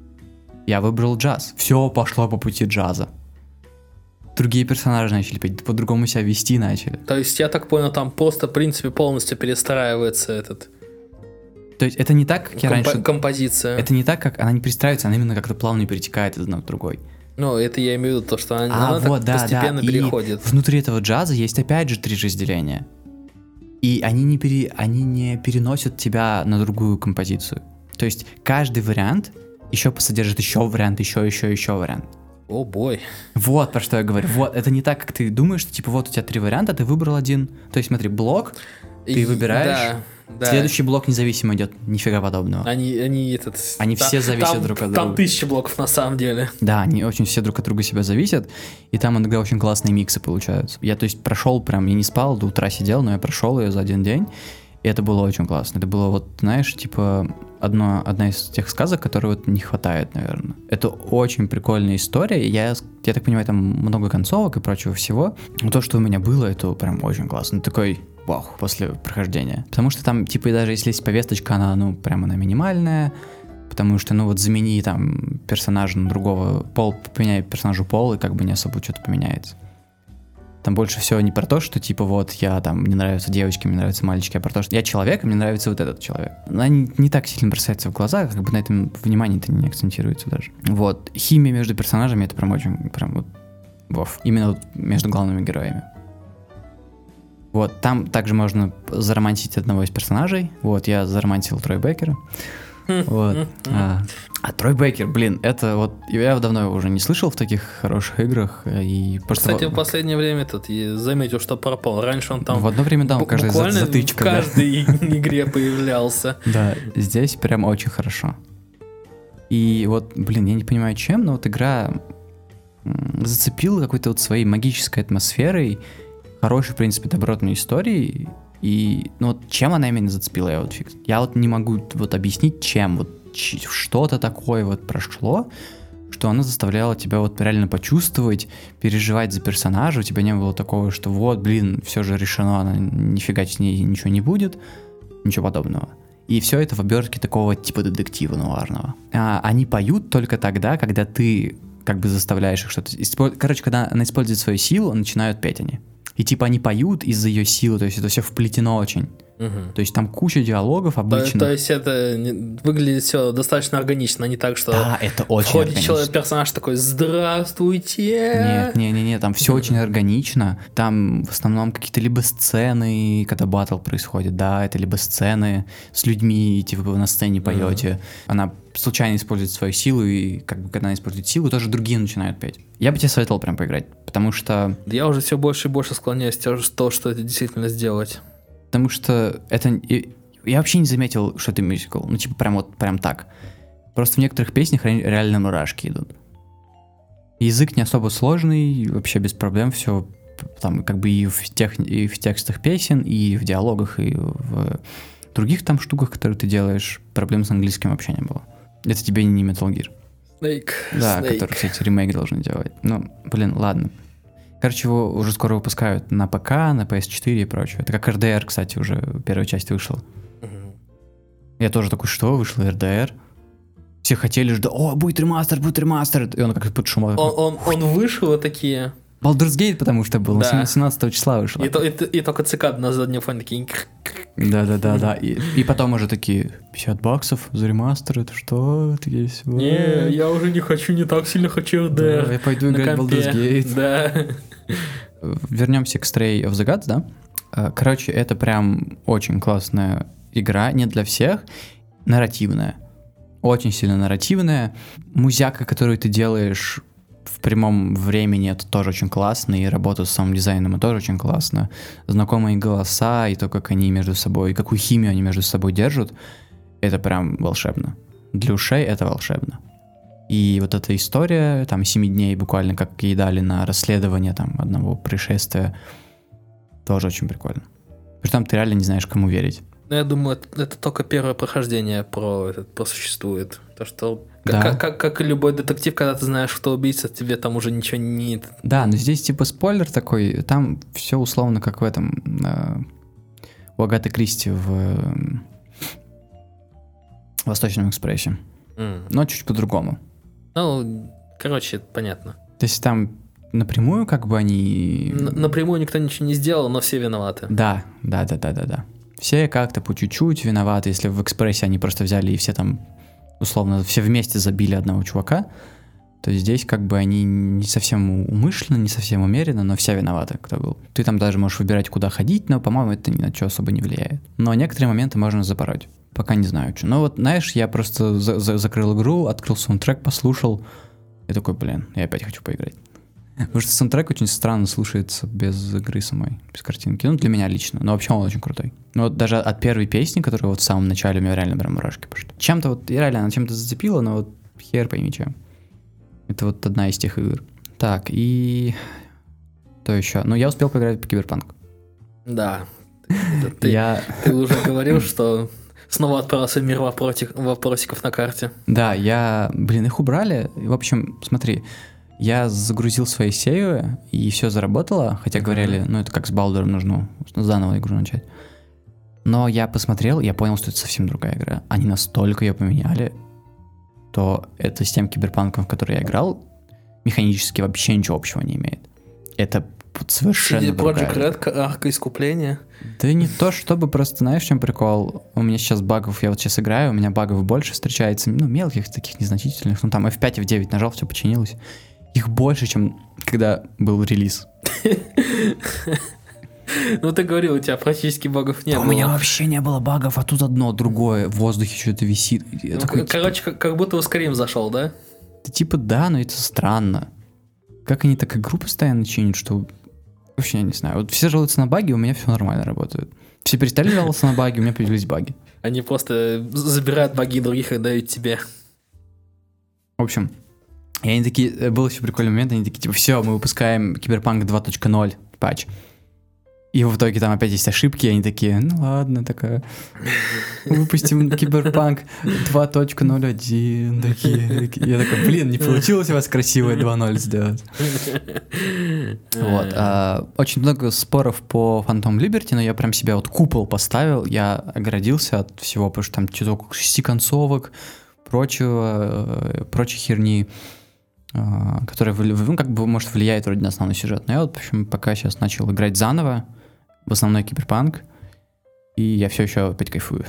Я выбрал джаз. Все пошло по пути джаза. Другие персонажи начали петь, по-другому себя вести начали. То есть, я так понял, там просто, в принципе, полностью перестраивается этот... То есть это не так, как я Компо- раньше... Композиция. Это не так, как она не перестраивается, она именно как-то плавно перетекает из одного в другой. Ну, это я имею в виду то, что она, а, она вот, так да, постепенно да. переходит. И внутри этого джаза есть опять же три разделения. И они не, пере... они не переносят тебя на другую композицию. То есть каждый вариант еще содержит еще вариант, еще, еще, еще вариант. О, бой. Вот про что я говорю. Вот, это не так, как ты думаешь, что типа вот у тебя три варианта, ты выбрал один. То есть смотри, блок, ты И, выбираешь, да, да. следующий блок независимо идет, нифига подобного. Они, они этот... Они там, все зависят там, друг от друга. Там тысячи блоков на самом деле. Да, они очень все друг от друга себя зависят, и там иногда очень классные миксы получаются. Я, то есть, прошел прям, я не спал, до утра сидел, но я прошел ее за один день, и это было очень классно. Это было вот, знаешь, типа, одно, одна из тех сказок, которые вот не хватает, наверное. Это очень прикольная история, я, я так понимаю, там много концовок и прочего всего, но то, что у меня было, это прям очень классно. Такой... Вау, после прохождения. Потому что там, типа, даже если есть повесточка, она, ну, прям она минимальная, потому что, ну, вот замени там персонажа на другого, пол, поменяй персонажу пол, и как бы не особо что-то поменяется. Там больше всего не про то, что, типа, вот, я там, мне нравятся девочки, мне нравятся мальчики, а про то, что я человек, и мне нравится вот этот человек. Она не, не так сильно бросается в глаза, как бы на этом внимание-то не акцентируется даже. Вот, химия между персонажами, это прям очень, прям вот, вов, именно вот между главными героями. Вот, там также можно заромантить одного из персонажей. Вот, я заромантил Трой Бейкера. Вот. А, а Трой Бейкер, блин, это вот... Я давно его уже не слышал в таких хороших играх. И просто... Кстати, в последнее время тут я заметил, что пропал. Раньше он там... В одно время, да, он каждый затычка. в каждой игре появлялся. Да, здесь прям очень хорошо. И вот, блин, я не понимаю чем, но вот игра зацепила какой-то вот своей магической атмосферой, хорошей, в принципе, добротной историей. И, ну, вот чем она именно зацепила, я вот фиг. Я вот не могу вот объяснить, чем. Вот ч- что-то такое вот прошло, что она заставляла тебя вот реально почувствовать, переживать за персонажа. У тебя не было такого, что вот, блин, все же решено, она, нифига с ней ничего не будет. Ничего подобного. И все это в обертке такого типа детектива нуарного. А, они поют только тогда, когда ты как бы заставляешь их что-то... Использ... Короче, когда она использует свою силу, начинают петь они. И типа они поют из-за ее силы, то есть это все вплетено очень. Угу. То есть там куча диалогов обычно. То, то есть это не, выглядит все достаточно органично, не так, что да, это очень входит органично. Человек, персонаж такой «Здравствуйте!» Нет, не, не, не, там все очень органично. Там в основном какие-то либо сцены, когда баттл происходит, да, это либо сцены с людьми, типа вы на сцене поете. Mm-hmm. Она случайно использует свою силу, и как бы когда она использует силу, тоже другие начинают петь. Я бы тебе советовал прям поиграть, потому что... Я уже все больше и больше склоняюсь в то, что это действительно сделать. Потому что это... Я вообще не заметил, что это мюзикл. Ну, типа, прям вот, прям так. Просто в некоторых песнях реально мурашки идут. Язык не особо сложный, вообще без проблем все. Там как бы и в, тех, и в текстах песен, и в диалогах, и в других там штуках, которые ты делаешь, проблем с английским вообще не было. Это тебе не Metal Gear. Snake. Да, Snake. который, кстати, ремейк должен делать. Ну, блин, ладно. Короче, его уже скоро выпускают на ПК, на пи эс четыре и прочее. Это как эр ди ар, кстати, уже первая часть вышла. Uh-huh. Я тоже такой, что, вышел эр ди ар? Все хотели ждать, о, будет ремастер, будет ремастер. И он как-то под шумом. Он, он, он вышел, вот такие... Baldur's Gate, потому что был, да. семнадцатого числа вышел. И, и, и, и только цикады на заднем фоне такие... Да-да-да-да. И, и потом уже такие, пятьдесят баксов за ремастер, это что? Такие, не, я уже не хочу, не так сильно хочу эр ди ар. Да, я пойду играть в Baldur's Gate. Да. Вернемся к Stray of the Gods, да? Короче, это прям очень классная игра, не для всех, нарративная. Очень сильно нарративная. Музяка, которую ты делаешь в прямом времени, это тоже очень классно, и работа с саунд-дизайном тоже очень классно. Знакомые голоса, и то, как они между собой, какую химию они между собой держат, это прям волшебно. Для ушей это волшебно. И вот эта история, там, семи дней буквально, как ей дали на расследование там одного происшествия, тоже очень прикольно. Потому что там ты реально не знаешь, кому верить. Я думаю, это, это только первое прохождение про, этот, про существует. То, что да. как, как, как и любой детектив, когда ты знаешь, кто убийца, тебе там уже ничего не... Да, но здесь типа спойлер такой, там все условно как в этом, э, у Агаты Кристи в э, Восточном экспрессе. Mm. Но чуть по-другому. Ну, короче, понятно. То есть там напрямую как бы они... Н- напрямую никто ничего не сделал, но все виноваты. Да, да, да, да, да, да. Все как-то по чуть-чуть виноваты, если в экспрессе они просто взяли и все там, условно, все вместе забили одного чувака, то здесь как бы они не совсем умышленно, не совсем умеренно, но все виноваты, кто был. Ты там даже можешь выбирать, куда ходить, но, по-моему, это ни на что особо не влияет. Но некоторые моменты можно запороть. Пока не знаю, что. Но вот, знаешь, я просто за- за- закрыл игру, открыл саундтрек, послушал, и такой, блин, я опять хочу поиграть. Потому что саундтрек очень странно слушается без игры самой, без картинки. Ну, для меня лично, но вообще он очень крутой. Но вот даже от первой песни, которая вот в самом начале, у меня реально прям мурашки пошли. Чем-то вот, реально она чем-то зацепила, но вот хер пойми чем. Это вот одна из тех игр. Так, и... Что еще? Ну, я успел поиграть в Киберпанк. Да. Ты, я... ты уже говорил, что снова отправился в мир вопросик, вопросиков на карте. Да, я... Блин, их убрали. В общем, смотри, я загрузил свои сейвы, и все заработало, хотя говорили, ну, это как с Балдуром, нужно заново игру начать. Но я посмотрел, я понял, что это совсем другая игра. Они настолько ее поменяли, то это с тем Киберпанком, в который я играл, механически вообще ничего общего не имеет. Это совершенно си ди другая Projekt Red, арка искупления. Да не то, чтобы просто, знаешь, в чем прикол? У меня сейчас багов, я вот сейчас играю, у меня багов больше встречается, ну, мелких, таких незначительных, ну, там эф пять, эф девять нажал, все починилось. Их больше, чем когда был релиз. Ну, ты говорил, у тебя практически багов не было. У меня вообще не было багов, а тут одно, другое, в воздухе что-то висит. Ну, такой, короче, типа... как, как будто в Skyrim зашел, да? Да, типа, да, но это странно. Как они так игру постоянно чинят, что... Вообще, я не знаю. Вот все жалуются на баги, у меня все нормально работает. Все перестали жаловаться на баги, у меня появились баги. Они просто забирают баги других и дают тебе. В общем, и они такие... Был еще прикольный момент, они такие, типа, все, мы выпускаем Киберпанк два точка ноль патч. И в итоге там опять есть ошибки, и они такие, ну ладно, такая, выпустим Киберпанк два точка ноль один, такие, такие. Я такой, блин, не получилось у вас красивое два ноль сделать. Вот. А, очень много споров по Phantom Liberty, но я прям себя вот купол поставил, я оградился от всего, потому что там что-то шести концовок, прочего, прочей херни, которая, ну, как бы, может, влияет вроде на основной сюжет. Но я вот, в общем, пока сейчас начал играть заново в основной Киберпанк, и я все еще опять кайфую.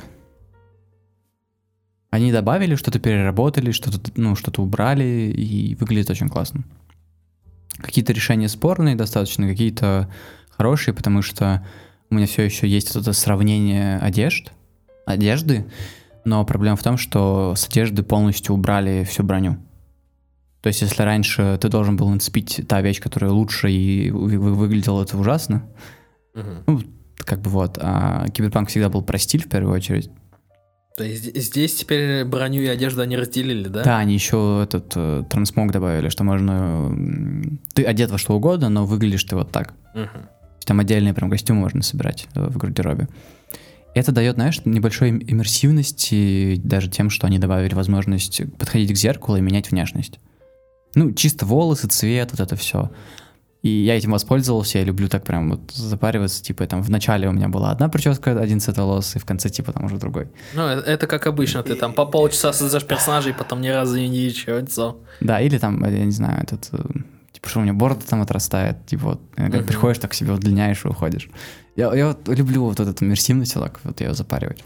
Они добавили, что-то переработали, что-то, ну, что-то убрали, и выглядит очень классно. Какие-то решения спорные достаточно, какие-то хорошие, потому что у меня все еще есть вот это сравнение одежд, одежды, но проблема в том, что с одежды полностью убрали всю броню. То есть, если раньше ты должен был нацепить та вещь, которая лучше, и выглядело это ужасно, uh-huh. ну, как бы вот, а Киберпанк всегда был про стиль в первую очередь. То есть здесь теперь броню и одежду они разделили, да? Да, они еще этот э, трансмог добавили, что можно... Ты одет во что угодно, но выглядишь ты вот так. Uh-huh. Там отдельные прям костюмы можно собирать в гардеробе. Это дает, знаешь, небольшой иммерсивности даже тем, что они добавили возможность подходить к зеркалу и менять внешность. Ну, чисто волосы, цвет, вот это все. И я этим воспользовался, я люблю так прям вот запариваться, типа, там, в начале у меня была одна прическа, один цвет волос, и в конце, типа, там уже другой. Ну, это как обычно, ты там по полчаса создаешь персонажа, и потом ни разу не видишь его лицо. Да, или там, я не знаю, этот, типа, что у меня борода там отрастает, типа, вот, uh-huh. приходишь, так себе удлиняешь и уходишь. Я, я вот люблю вот эту иммерсивность, так вот ее запаривать.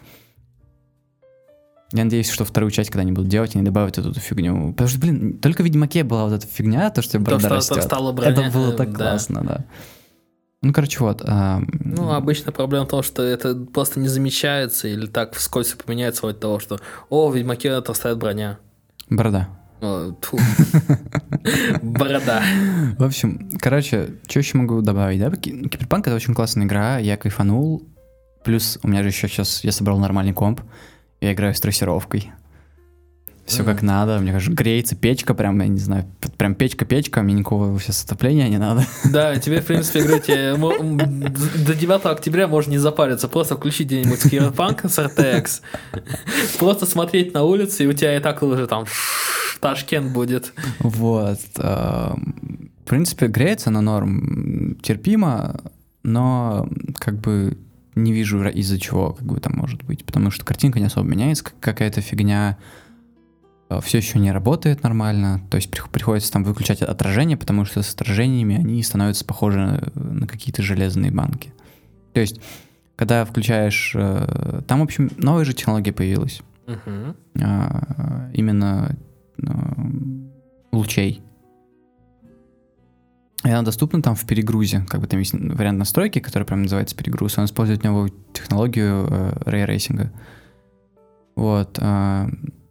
Я надеюсь, что вторую часть, когда они будут делать, они добавят эту, эту фигню. Потому что, блин, только в Ведьмаке была вот эта фигня, то, что борода то, что растет. Стало броня, это было так да. классно, да. Ну, короче, вот. А... Ну, обычно проблема в том, что это просто не замечается или так вскользь поменяется вроде того, что «О, в Ведьмаке отрастает броня». Борода. Борода. В общем, короче, что еще могу добавить, да? Киберпанк — это очень классная игра, я кайфанул. Плюс у меня же еще сейчас, я собрал нормальный комп. Я играю с трассировкой. Все mm-hmm. как надо. Мне кажется, греется печка, прям, я не знаю, прям печка-печка, мне никакого сейчас отопления не надо. Да, тебе, в принципе, играть до девятого октября можно не запариться. Просто включить где-нибудь Киберпанк с эр ти экс. Просто смотреть на улицу, и у тебя и так уже там Ташкент будет. Вот. В принципе, греется на норм терпимо, но как бы не вижу, из-за чего как бы там может быть, потому что картинка не особо меняется, какая-то фигня все еще не работает нормально, то есть приходится там выключать отражение, потому что с отражениями они становятся похожи на, на какие-то железные банки. То есть, когда включаешь... Там, в общем, новая же технология появилась. Uh-huh. А, именно а, лучей. И она доступна там в перегрузе, как бы там есть вариант настройки, который прям называется перегруз, он использует новую технологию э, рей-рейсинга. Вот. Э,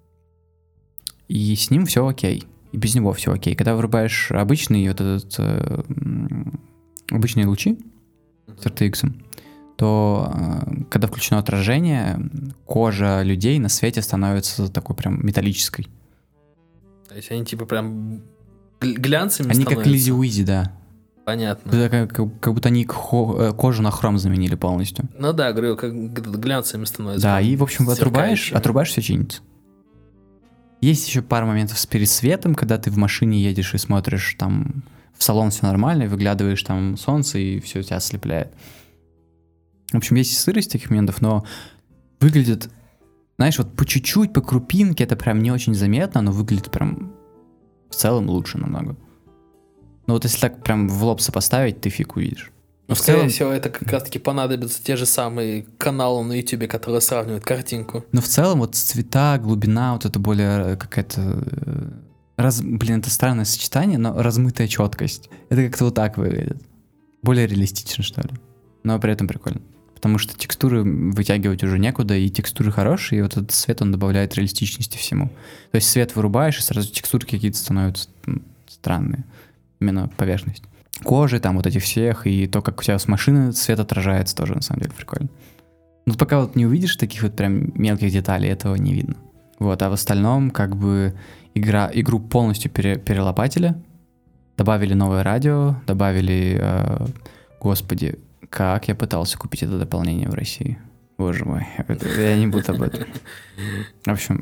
и с ним все окей. И без него все окей. Когда вырубаешь обычный вот этот э, обычные лучи с эр ти экс, то э, когда включено отражение, кожа людей на свете становится такой прям металлической. То есть они типа прям... глянцами они становятся. Как Лизи-Уизи, да. Понятно. Это как, как, как будто они хо, кожу на хром заменили полностью. Ну да, говорю, как глянцами становятся. Да, и, в общем, отрубаешь, отрубаешь, все чинится. Есть еще пара моментов с пересветом, когда ты в машине едешь и смотришь, там, в салон все нормально, и выглядываешь, там, солнце, и все тебя ослепляет. В общем, есть и сырость таких моментов, но выглядит, знаешь, вот по чуть-чуть, по крупинке, это прям не очень заметно, но выглядит прям... в целом лучше намного. Ну вот если так прям в лоб сопоставить, ты фиг увидишь. Но в Скорее целом... всего, это как раз-таки понадобятся те же самые каналы на YouTube, которые сравнивают картинку. Но в целом вот цвета, глубина, вот это более какая-то... Раз... Блин, это странное сочетание, но размытая четкость. Это как-то вот так выглядит. Более реалистично, что ли. Но при этом прикольно. Потому что текстуры вытягивать уже некуда, и текстуры хорошие, и вот этот свет, он добавляет реалистичности всему. То есть свет вырубаешь, и сразу текстуры какие-то становятся ну, странные. Именно поверхность. Кожи там вот этих всех, и то, как у тебя с машины свет отражается, тоже на самом деле прикольно. Но пока вот не увидишь таких вот прям мелких деталей, этого не видно. Вот, а в остальном как бы игра, игру полностью пере, перелопатили, добавили новое радио, добавили, э, господи, как я пытался купить это дополнение в России. Боже мой, я не буду об этом. В общем,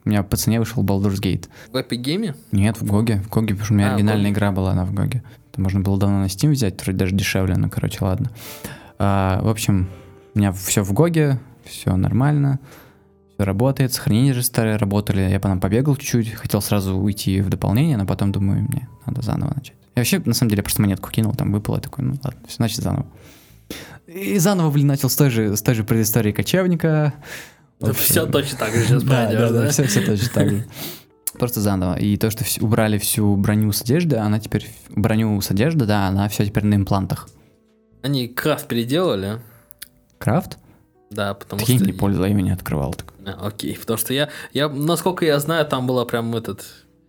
У меня по цене вышел Baldur's Gate. В Epic Game? Нет, в Гоге. В Гоге, потому что у меня А, оригинальная Гоге. игра была, она в Гоге. Это можно было давно на Steam взять, вроде даже дешевле, ну, короче, ладно. А, в общем, у меня все в Гоге, все нормально, все работает, сохранения же старые работали. Я потом побегал чуть-чуть, хотел сразу уйти в дополнение, но потом думаю, мне надо заново начать. Я вообще, на самом деле, просто монетку кинул, там выпало, такой, ну ладно, все, значит, заново. И заново, блин, начал с той же, с той же предыстории кочевника. Да все точно так же сейчас Да, пройдешь, да, да, да? все, все точно так же. Просто заново. И то, что вс- убрали всю броню с одежды, она теперь... Броню с одежды, да, она все теперь на имплантах. Они крафт переделали, Крафт? да, потому Так я что... не пользовался, я его не открывал. Так. А, окей, потому что я, я, насколько я знаю, там было прям этот...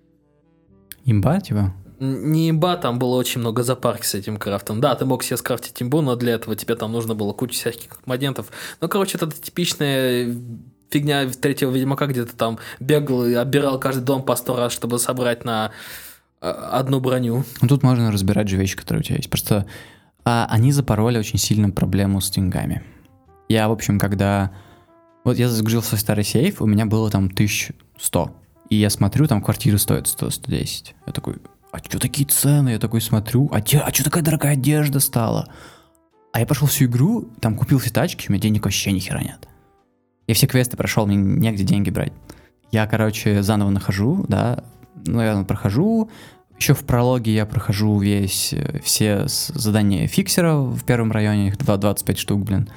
Имба, типа? н- Не имба, там было очень много запарки с этим крафтом. Да, ты мог себе скрафтить имбу, но для этого тебе там нужно было куча всяких компонентов. Ну, короче, это типичная фигня третьего Ведьмака, где ты там бегал и оббирал каждый дом по сто раз, чтобы собрать на а, одну броню. Ну, тут можно разбирать же вещи, которые у тебя есть. Просто а, они запороли очень сильную проблему с деньгами. Я, в общем, когда... Вот я загрузил свой старый сейф, у меня было там тысяча сто. И я смотрю, там квартиры стоят сто - сто десять. Я такой, а что такие цены? Я такой смотрю, а, а что такая дорогая одежда стала? А я пошел всю игру, там купил все тачки, у меня денег вообще ни хера нет. Я все квесты прошел, мне негде деньги брать. Я, короче, заново нахожу, да, ну, я прохожу. Еще в прологе я прохожу весь, все с- задания фиксера в первом районе, их два- двадцать пять штук, блин.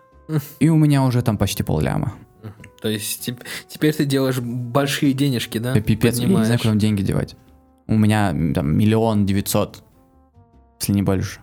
И у меня уже там почти полляма. То есть теп- теперь ты делаешь большие денежки, да? Да пипец, я не знаю, Поднимаешь. куда деньги девать. У меня м, там миллион девятьсот, если не больше.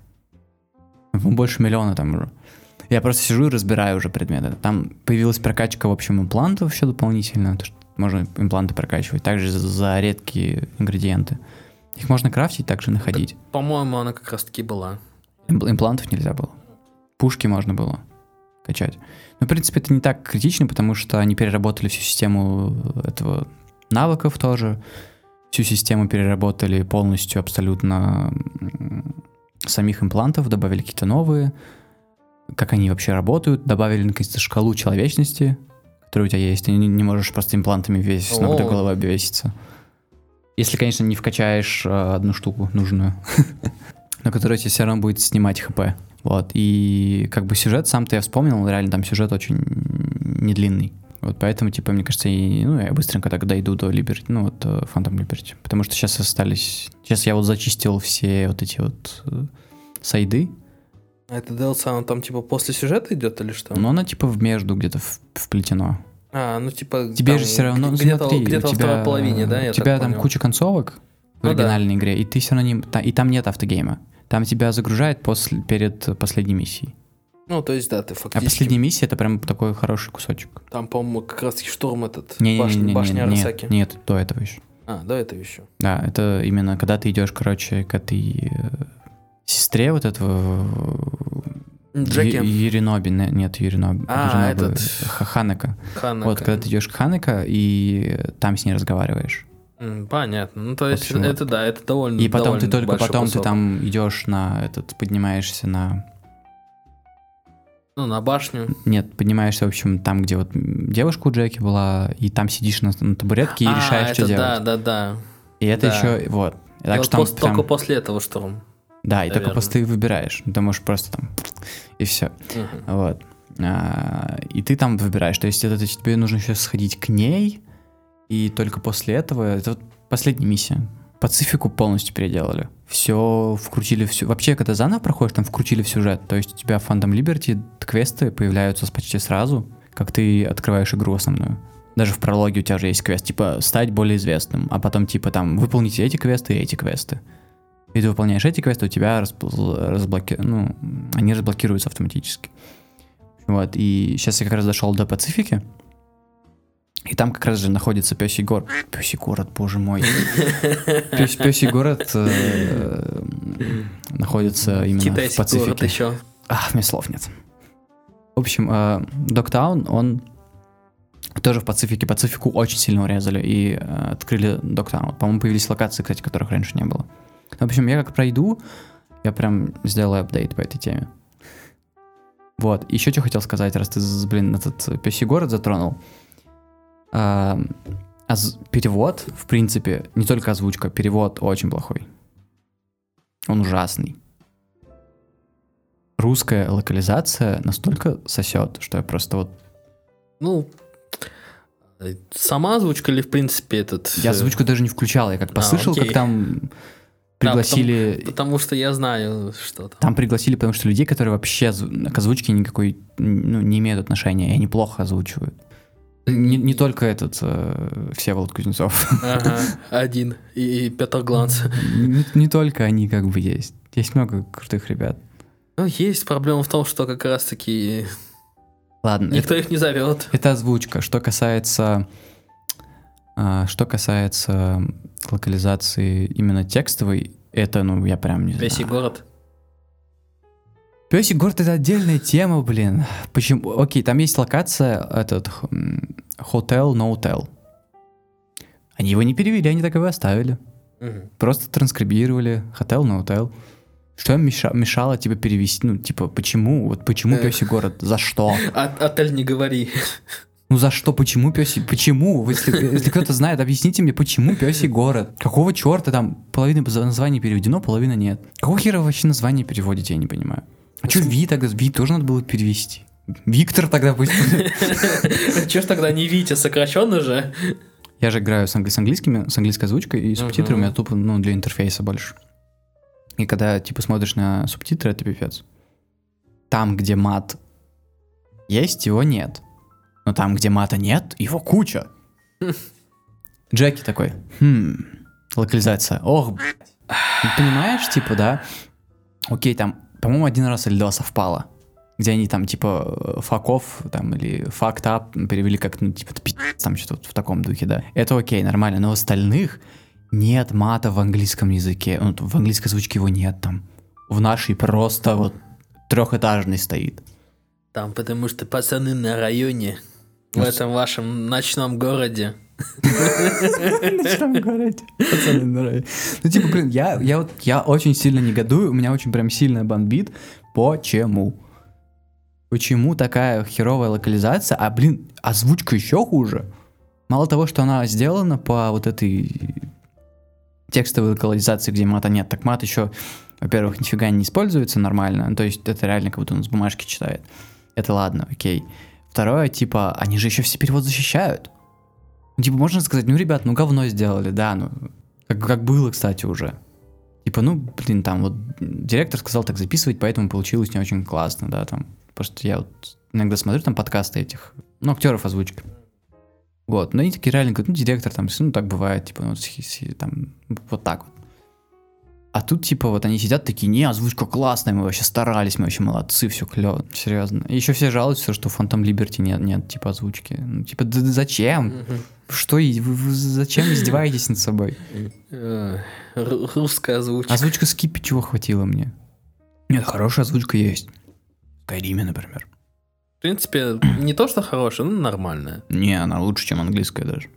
Ну, больше миллиона там уже. Я просто сижу и разбираю уже предметы. Там появилась прокачка, в общем, имплантов еще дополнительно, то, что можно импланты прокачивать. Также за, за редкие ингредиенты. Их можно крафтить, также находить. По-моему, она как раз таки была. Импл- имплантов нельзя было. Пушки можно было качать. Но, в принципе, это не так критично, потому что они переработали всю систему этого навыков тоже. Всю систему переработали полностью, абсолютно м, самих имплантов, добавили какие-то новые. Как они вообще работают. Добавили, наконец-то, шкалу человечности, которая у тебя есть. Ты не, не можешь просто имплантами весь с ног до О. головы обвеситься. Если, конечно, не вкачаешь э, одну штуку нужную, на которую тебе все равно будет снимать хп. Вот, и как бы сюжет сам-то я вспомнил, реально там сюжет очень недлинный. Вот поэтому, типа, мне кажется, и, ну, я быстренько так дойду до Liberty, ну, вот, э, Phantom Liberty. Потому что сейчас остались... Сейчас я вот зачистил все вот эти вот э, сайды. А это ди эл си, оно там типа после сюжета идет или что? Но оно, типа, в между где-то в- вплетено. А, ну типа... Тебе там же все равно, ну, где-то, смотри, где-то у во тебя, второй половине, да, я у тебя так там понял. куча концовок в Ну да. оригинальной игре, и ты все равно не... та- И там нет автогейма. Там тебя загружает после, перед последней миссией. Ну, то есть, да, ты А фактически... последняя миссия — это прям такой хороший кусочек. Там, по-моему, как раз таки штурм этот, Не, не, башня, не, не, башня не, Арасаки. нет, нет, до этого еще. А, до этого еще. Да, это именно когда ты идешь, короче, к этой э, сестре вот этого э, Джеки. Ю- Юриноби, не- нет, Юриноби, А, Юриноби, этот- Ха- Ханека. Ханака. Вот, когда ты идешь к Ханека, и там с ней разговариваешь. М, Понятно. Ну, то есть, общем, это да, это довольно И потом ты довольно только большой потом ты кусок. там идешь на этот, поднимаешься на... Ну, на башню. Нет, поднимаешься, в общем, там, где вот м, девушка у Джеки была, и там сидишь на, на табуретке и А, решаешь, это что делать. да, да, да. И это да. еще, вот. И Так вот что там пос- прям- Только после этого штурм. Да, и только наверное. просто ты выбираешь. Ты можешь просто там... И все. Мгм. Вот. А, и ты там выбираешь. То есть это, это тебе нужно еще сходить к ней, и только после этого... Это вот последняя миссия. Пацифику полностью переделали. Все вкрутили, все. Вообще, когда заново проходишь, там вкрутили в сюжет. То есть у тебя в Phantom Liberty квесты появляются почти сразу, как ты открываешь игру основную. Даже в прологе у тебя же есть квест, типа, стать более известным, а потом, типа, там, выполните эти квесты и эти квесты. И ты выполняешь эти квесты, у тебя распл- разблоки... ну, они разблокируются автоматически. Вот, и сейчас я как раз дошел до Пацифики, и там как раз же находится Пёсий город. Пёсий город, боже мой. Пёс- Пёсий город э, находится именно в Китайский город Пацифике. еще. А, у меня слов нет. В общем, э, Догтаун, он тоже в Пацифике. Пацифику очень сильно урезали и э, открыли Догтаун. По-моему, появились локации, кстати, которых раньше не было. В общем, я как пройду, я прям сделаю апдейт по этой теме. Вот, еще что хотел сказать, раз ты, блин, этот Пёсий город затронул. А, Оз- перевод, в принципе, не только озвучка, перевод очень плохой. Он ужасный. Русская локализация настолько сосет, что я просто вот... Ну, сама озвучка или, в принципе, этот... Я озвучку даже не включал, я как послышал, окей. как там пригласили... Да, потому, потому что я знаю, что там. Там пригласили, потому что людей, которые вообще озв- к озвучке никакой, ну, не имеют отношения, и они плохо озвучивают. Не, не только этот э, Всеволод Кузнецов. Ага, один. И, и Петр Гланц. Не, не только они как бы есть. Есть много крутых ребят. Ну, есть проблема в том, что как раз-таки Ладно. никто это, их не зовет. это озвучка. Что касается... э, что касается локализации именно текстовой, это, ну, я прям не знаю. Весь город. Пёсий город — это отдельная тема, блин. Почему? Окей, там есть локация, этот, Hotel No Hotel. Они его не перевели, они так его оставили. Угу. Просто транскрибировали Hotel No Hotel. Что им меша- мешало, типа, перевести, ну, типа, почему? Вот почему Эх. Пёсий город? За что? А, отель не говори. Ну, за что? Почему Пёсий? Почему? Если, если кто-то знает, объясните мне, почему Пёсий город? Какого черта там половина названия переведено, половина нет? Какого хера вы вообще название переводите, я не понимаю. А что Ви тогда? Ви тоже надо было перевести. Виктор тогда пусть. Чё ж тогда не Витя, сокращенно же? Я же играю с, англи- с английскими, с английской озвучкой, и субтитры у меня тупо, ну, для интерфейса больше. И когда, типа, смотришь на субтитры, это пипец. Там, где мат есть, его нет. Но там, где мата нет, его куча. Джеки такой, хм, локализация. Ох, блядь. Ну, понимаешь, типа, да? Окей, там, по-моему, один раз или два совпало. Где они там, типа, факов, там, или fucked up перевели как, ну, типа, пи***ц, там, что-то в таком духе, да. Это окей, нормально. Но в остальных нет мата в английском языке. Ну, в английской озвучке его нет там. В нашей просто вот трехэтажный стоит. Там потому что пацаны на районе, в Ну, этом вашем ночном городе. В ночном городе. Пацаны на районе. Ну, типа, блин, я, я вот, я очень сильно негодую, у меня очень прям сильно бомбит. Почему? Почему такая херовая локализация, а, блин, озвучка еще хуже? Мало того, что она сделана по вот этой текстовой локализации, где мата нет, так мат еще, во-первых, нифига не используется нормально, то есть это реально как будто он с бумажки читает. Это ладно, окей. Второе, типа, они же еще все перевод защищают. Ну, типа, можно сказать, ну, ребят, ну, говно сделали, да, ну, как, как было, кстати, уже. Типа, ну, блин, там вот директор сказал так записывать, поэтому получилось не очень классно, да, там. Просто я вот иногда смотрю там подкасты этих, ну, актеров озвучки. Вот, но они такие реально говорят, ну, директор там, ну, так бывает, типа, ну, там, вот так вот. А тут, типа, вот они сидят такие, не, озвучка классная, мы вообще старались, мы вообще молодцы, все клево, серьезно. И еще все жалуются, что в Phantom Liberty нет, нет, типа, озвучки. Ну, типа, да, да зачем? Что, вы, вы зачем издеваетесь над собой? Русская озвучка. Озвучка Скиппи чего хватило мне? Нет, хорошая озвучка есть. Скайриме, например. В принципе, не то, что хорошая, но нормальная. Не, она лучше, чем английская даже.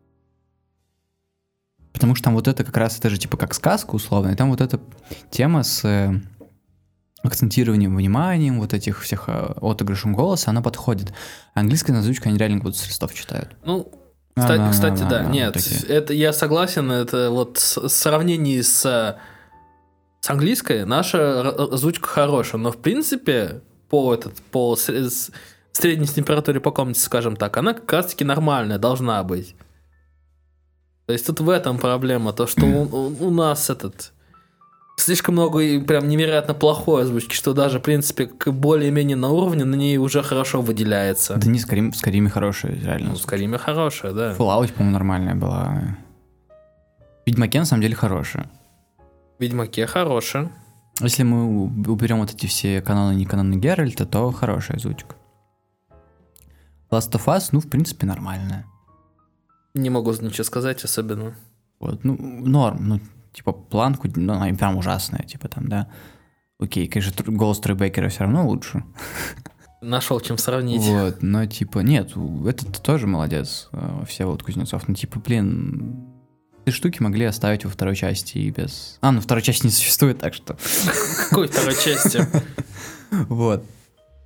Потому что там вот это как раз, это же типа как сказка условно, и там вот эта тема с э, акцентированием вниманием, вот этих всех э, отыгрышем голоса, она подходит. А английская озвучка, они реально как будто с листов читают. Ну, кстати, А, кстати да, да, да, нет, такие. это я согласен, это вот в сравнении с, с английской наша озвучка хорошая, но в принципе по, этот, по с- средней температуре по комнате, скажем так, она как раз-таки нормальная, должна быть. То есть тут в этом проблема, то что у, у, у нас этот слишком много и прям невероятно плохой озвучки, что даже, в принципе, к более-менее на уровне на ней уже хорошо выделяется. Да не, Скарим, Скариме хорошая, реально. Ну, Скариме хорошая, да. Fallout, по-моему, нормальная была. Ведьмаке, на самом деле, хорошая. Ведьмаке хорошая. Если мы уберем вот эти все каноны, не каноны Геральта, то хорошая озвучка. Last of Us, ну, в принципе, нормальная. Не могу ничего сказать особенно. Вот, ну, норм, ну, типа, планку, ну, она прям ужасная, типа, там, да. Окей, конечно, тр- голос Трой Бейкера все равно лучше. Нашел чем сравнить. Вот, но, типа, нет, этот тоже молодец, Всеволод Кузнецов. Ну, типа, блин, эти штуки могли оставить во второй части и без... А, ну, второй части не существует, так что... Какой второй части? Вот.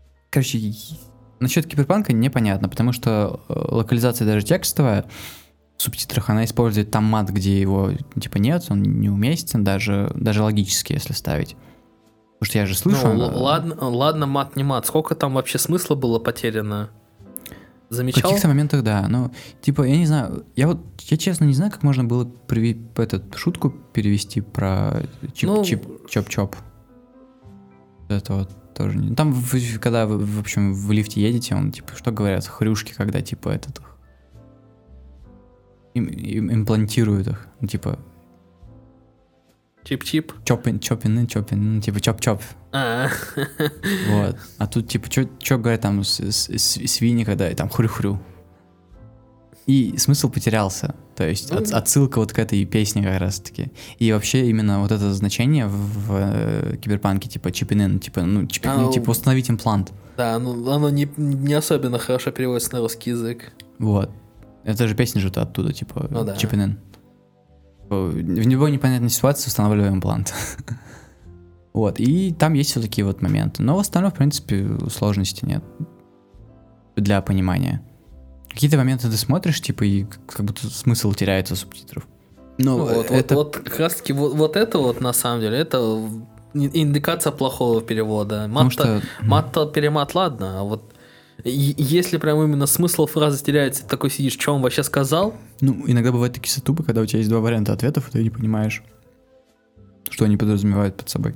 Короче, насчет Киберпанка непонятно, потому что локализация даже текстовая, в субтитрах она использует там мат, где его, типа, нет, он неуместен, даже, даже логически, если ставить. Потому что я же слышу... Ну, она... ладно, ладно, мат не мат. Сколько там вообще смысла было потеряно? Замечал? В каких-то моментах, да. Ну, типа, я не знаю, я вот, я честно не знаю, как можно было приви... этот, шутку перевести про чип-чип, ну... чоп-чоп. Это вот тоже не... Там, в, когда вы, в общем, в лифте едете, он, типа, что говорят, хрюшки, когда, типа, этот... Им, им, имплантируют их, ну, типа... Чип-чип? Чопин, чопин, чопин, ну, типа, чоп-чоп. А. Вот. А тут, типа, что говорят там с, с, с, свиньи, когда там хрю-хрю. И смысл потерялся. То есть от, отсылка вот к этой песне как раз-таки. И вообще именно вот это значение в, в э, киберпанке, типа, чипин, типа, ну, чипин, а, ну, типа, установить имплант. Да, ну, оно не, не особенно хорошо переводится на русский язык. Вот. Это же песня же оттуда, типа, ну, да. чипин. В любой непонятной ситуации устанавливаем имплант. Вот, и там есть вот такие вот моменты. Но в остальном, в принципе, сложности нет. Для понимания. Какие-то моменты ты смотришь, типа, и как будто смысл теряется субтитров. Ну, вот, это... вот, вот как раз таки вот, вот это вот, на самом деле, это индикация плохого перевода. Мат-то, мат-то перемат, ладно, а вот если прям именно смысл фразы теряется, ты такой сидишь, что он вообще сказал? Ну, иногда бывают такие сатупы, когда у тебя есть два варианта ответов, и ты не понимаешь, что они подразумевают под собой.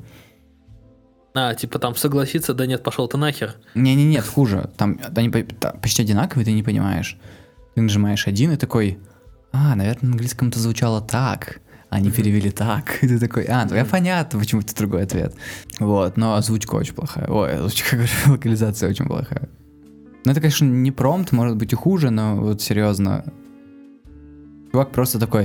А, типа там согласиться, да нет, пошел ты нахер. Не-не-не, хуже. Там они почти одинаковые, ты не понимаешь. Ты нажимаешь один и такой, а, наверное, на английском это звучало так, а они mm-hmm. перевели так. И ты такой, а, ну я понятно, почему это другой ответ. Вот, но озвучка очень плохая. Ой, озвучка, говорю, локализация очень плохая. Ну это, конечно, не промпт, может быть и хуже, но вот серьезно. Чувак просто такой,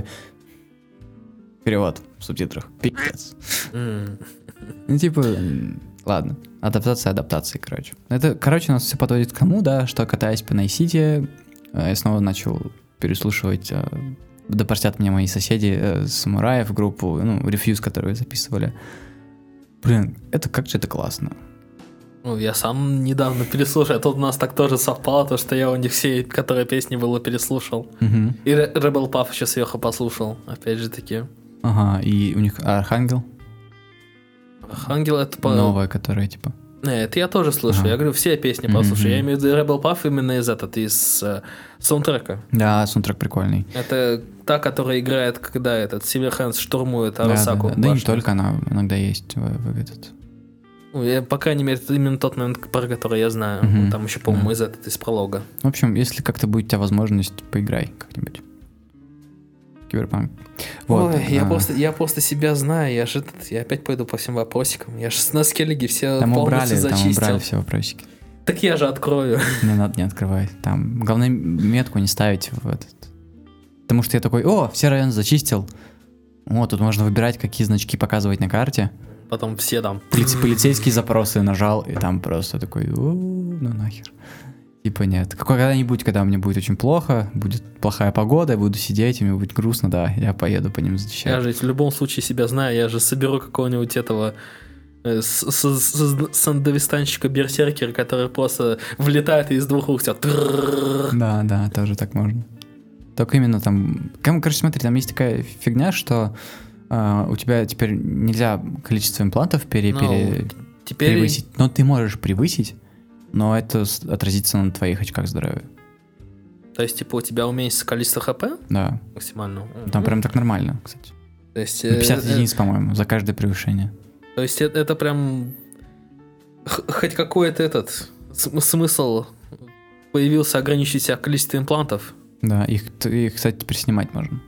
перевод в субтитрах, пиздец. Mm. Ну, типа, ладно, адаптация адаптации, короче. Это, короче, у нас все подводит к тому, да, что, катаясь по Найт-Сити, я снова начал переслушивать, да простят меня мои соседи, самураев, группу, ну, Refuse, которую записывали. Блин, это как же это классно. Ну, я сам недавно переслушал, а тут у нас так тоже совпало, то, что я у них все, которые песни было, переслушал. Uh-huh. И Rebel Puff еще сверху послушал, опять же таки. Ага, и у них Архангел? Архангел это по... Новая, которая типа... Не, это я тоже слышу, ага. Я говорю, все песни послушаю. Mm-hmm. Я имею в виду Rebel Puff именно из этот, из uh, саундтрека. Да, саундтрек прикольный. Это та, которая играет, когда этот Сильверхэнс штурмует Арасаку. Да, да, да. Да и не только, она иногда есть в, в этот... Ну, я, по крайней мере, это именно тот момент, про который я знаю. Mm-hmm. Там еще, по-моему, yeah. из этот, из пролога. В общем, если как-то будет у тебя возможность, поиграй как-нибудь. Киберпанк. Вот, ой, а... я, просто, я просто себя знаю, я же я опять пойду по всем вопросикам. Я же на скеллиге все там полностью убрали, зачистил. Там убрали все вопросики. Так я же открою. Не надо, не открывай. Там главное метку не ставить в этот. Потому что я такой, о, все районы зачистил. О, тут можно выбирать, какие значки показывать на карте. Потом все там... Полиц... Полицейские запросы нажал, и там просто такой, о, ну нахер. Типа нет. Когда-нибудь, когда мне будет очень плохо, будет плохая погода, я буду сидеть, и мне будет грустно, да, я поеду по ним зачищать. Я же в любом случае себя знаю, я же соберу какого-нибудь этого э, сандовистанщика берсеркера, который просто влетает и из двух рук все. Да, да, тоже так можно. Только именно там... Короче, смотри, там есть такая фигня, что э, у тебя теперь нельзя количество имплантов пере, no, пере, теперь... превысить, но ты можешь превысить, но это отразится на твоих очках здоровья. То есть, типа, у тебя уменьшится количество хп? Да. Максимально? Там mm-hmm. прям так нормально, кстати. То есть... пятьдесят э- единиц, по-моему, за каждое превышение. То есть, это, это прям... Х- хоть какой-то этот с- смысл появился ограничить себя количество имплантов? Да, их, их, кстати, теперь снимать можно.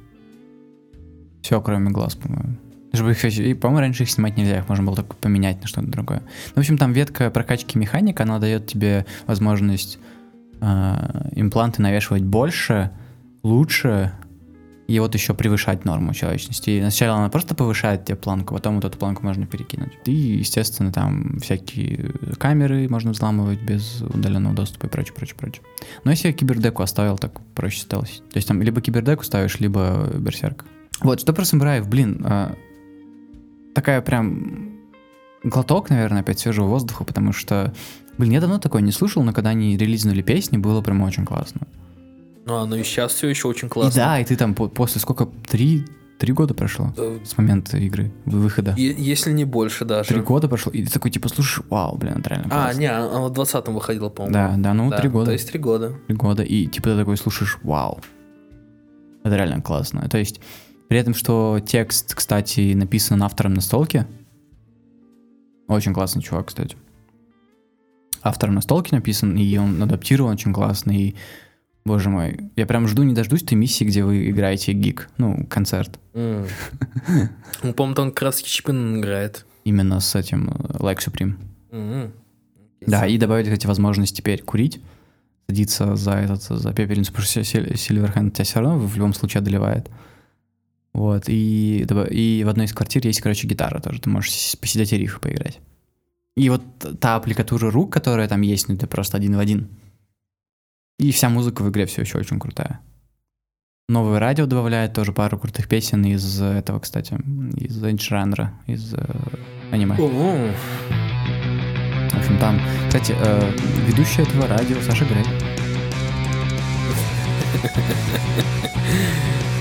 Все, кроме глаз, по-моему. Чтобы их, и, по-моему, раньше их снимать нельзя, их можно было только поменять на что-то другое. Ну, в общем, там ветка прокачки механика, она дает тебе возможность э, импланты навешивать больше, лучше, и вот еще превышать норму человечности. И сначала она просто повышает тебе планку, потом вот эту планку можно перекинуть. И, естественно, там всякие камеры можно взламывать без удаленного доступа и прочее, прочее, прочее. Но если я кибердеку оставил, так проще стало. То есть там либо кибердеку ставишь, либо берсерк. Вот, что про самураев, блин, э, такая прям глоток, наверное, опять свежего воздуха, потому что, блин, я давно такое не слушал, но когда они релизнули песни, было прям очень классно. А, ну и сейчас все еще очень И классно. да, и ты там по- после сколько? Три, три года прошло Э, с момента игры, выхода. е- Если не больше даже. Три года прошло, и ты такой, типа, слушаешь, вау, блин, это реально А, классно. не, она в двадцатом выходила, по-моему. Да, да, ну три года. То есть три года. Три года, и типа ты такой слушаешь, вау, это реально классно. То есть, при этом, что текст, кстати, написан автором настолки, очень классный чувак, кстати. Автором настолки написан, и он адаптирован очень классно, и, боже мой, я прям жду, не дождусь той миссии, где вы играете гиг, ну, концерт. М. Ну, по-моему, там как раз Чипин играет. Именно с этим э, Like Supreme. М. Да, и добавить, кстати, возможность теперь курить, садиться за этот, за пепельницу, потому что Сил- Сильверхенд тебя все равно в любом случае одолевает. Вот, и, добав- и в одной из квартир есть, короче, гитара тоже, ты можешь с- посидеть и рифы поиграть. И вот та аппликатура рук, которая там есть, ну это просто один в один. И вся музыка в игре все еще очень крутая. Новое радио добавляет тоже пару крутых песен из этого, кстати, из Эйдж-раннера, из э, аниме. О, В общем, там, кстати, э, ведущая этого радио Саша Грей.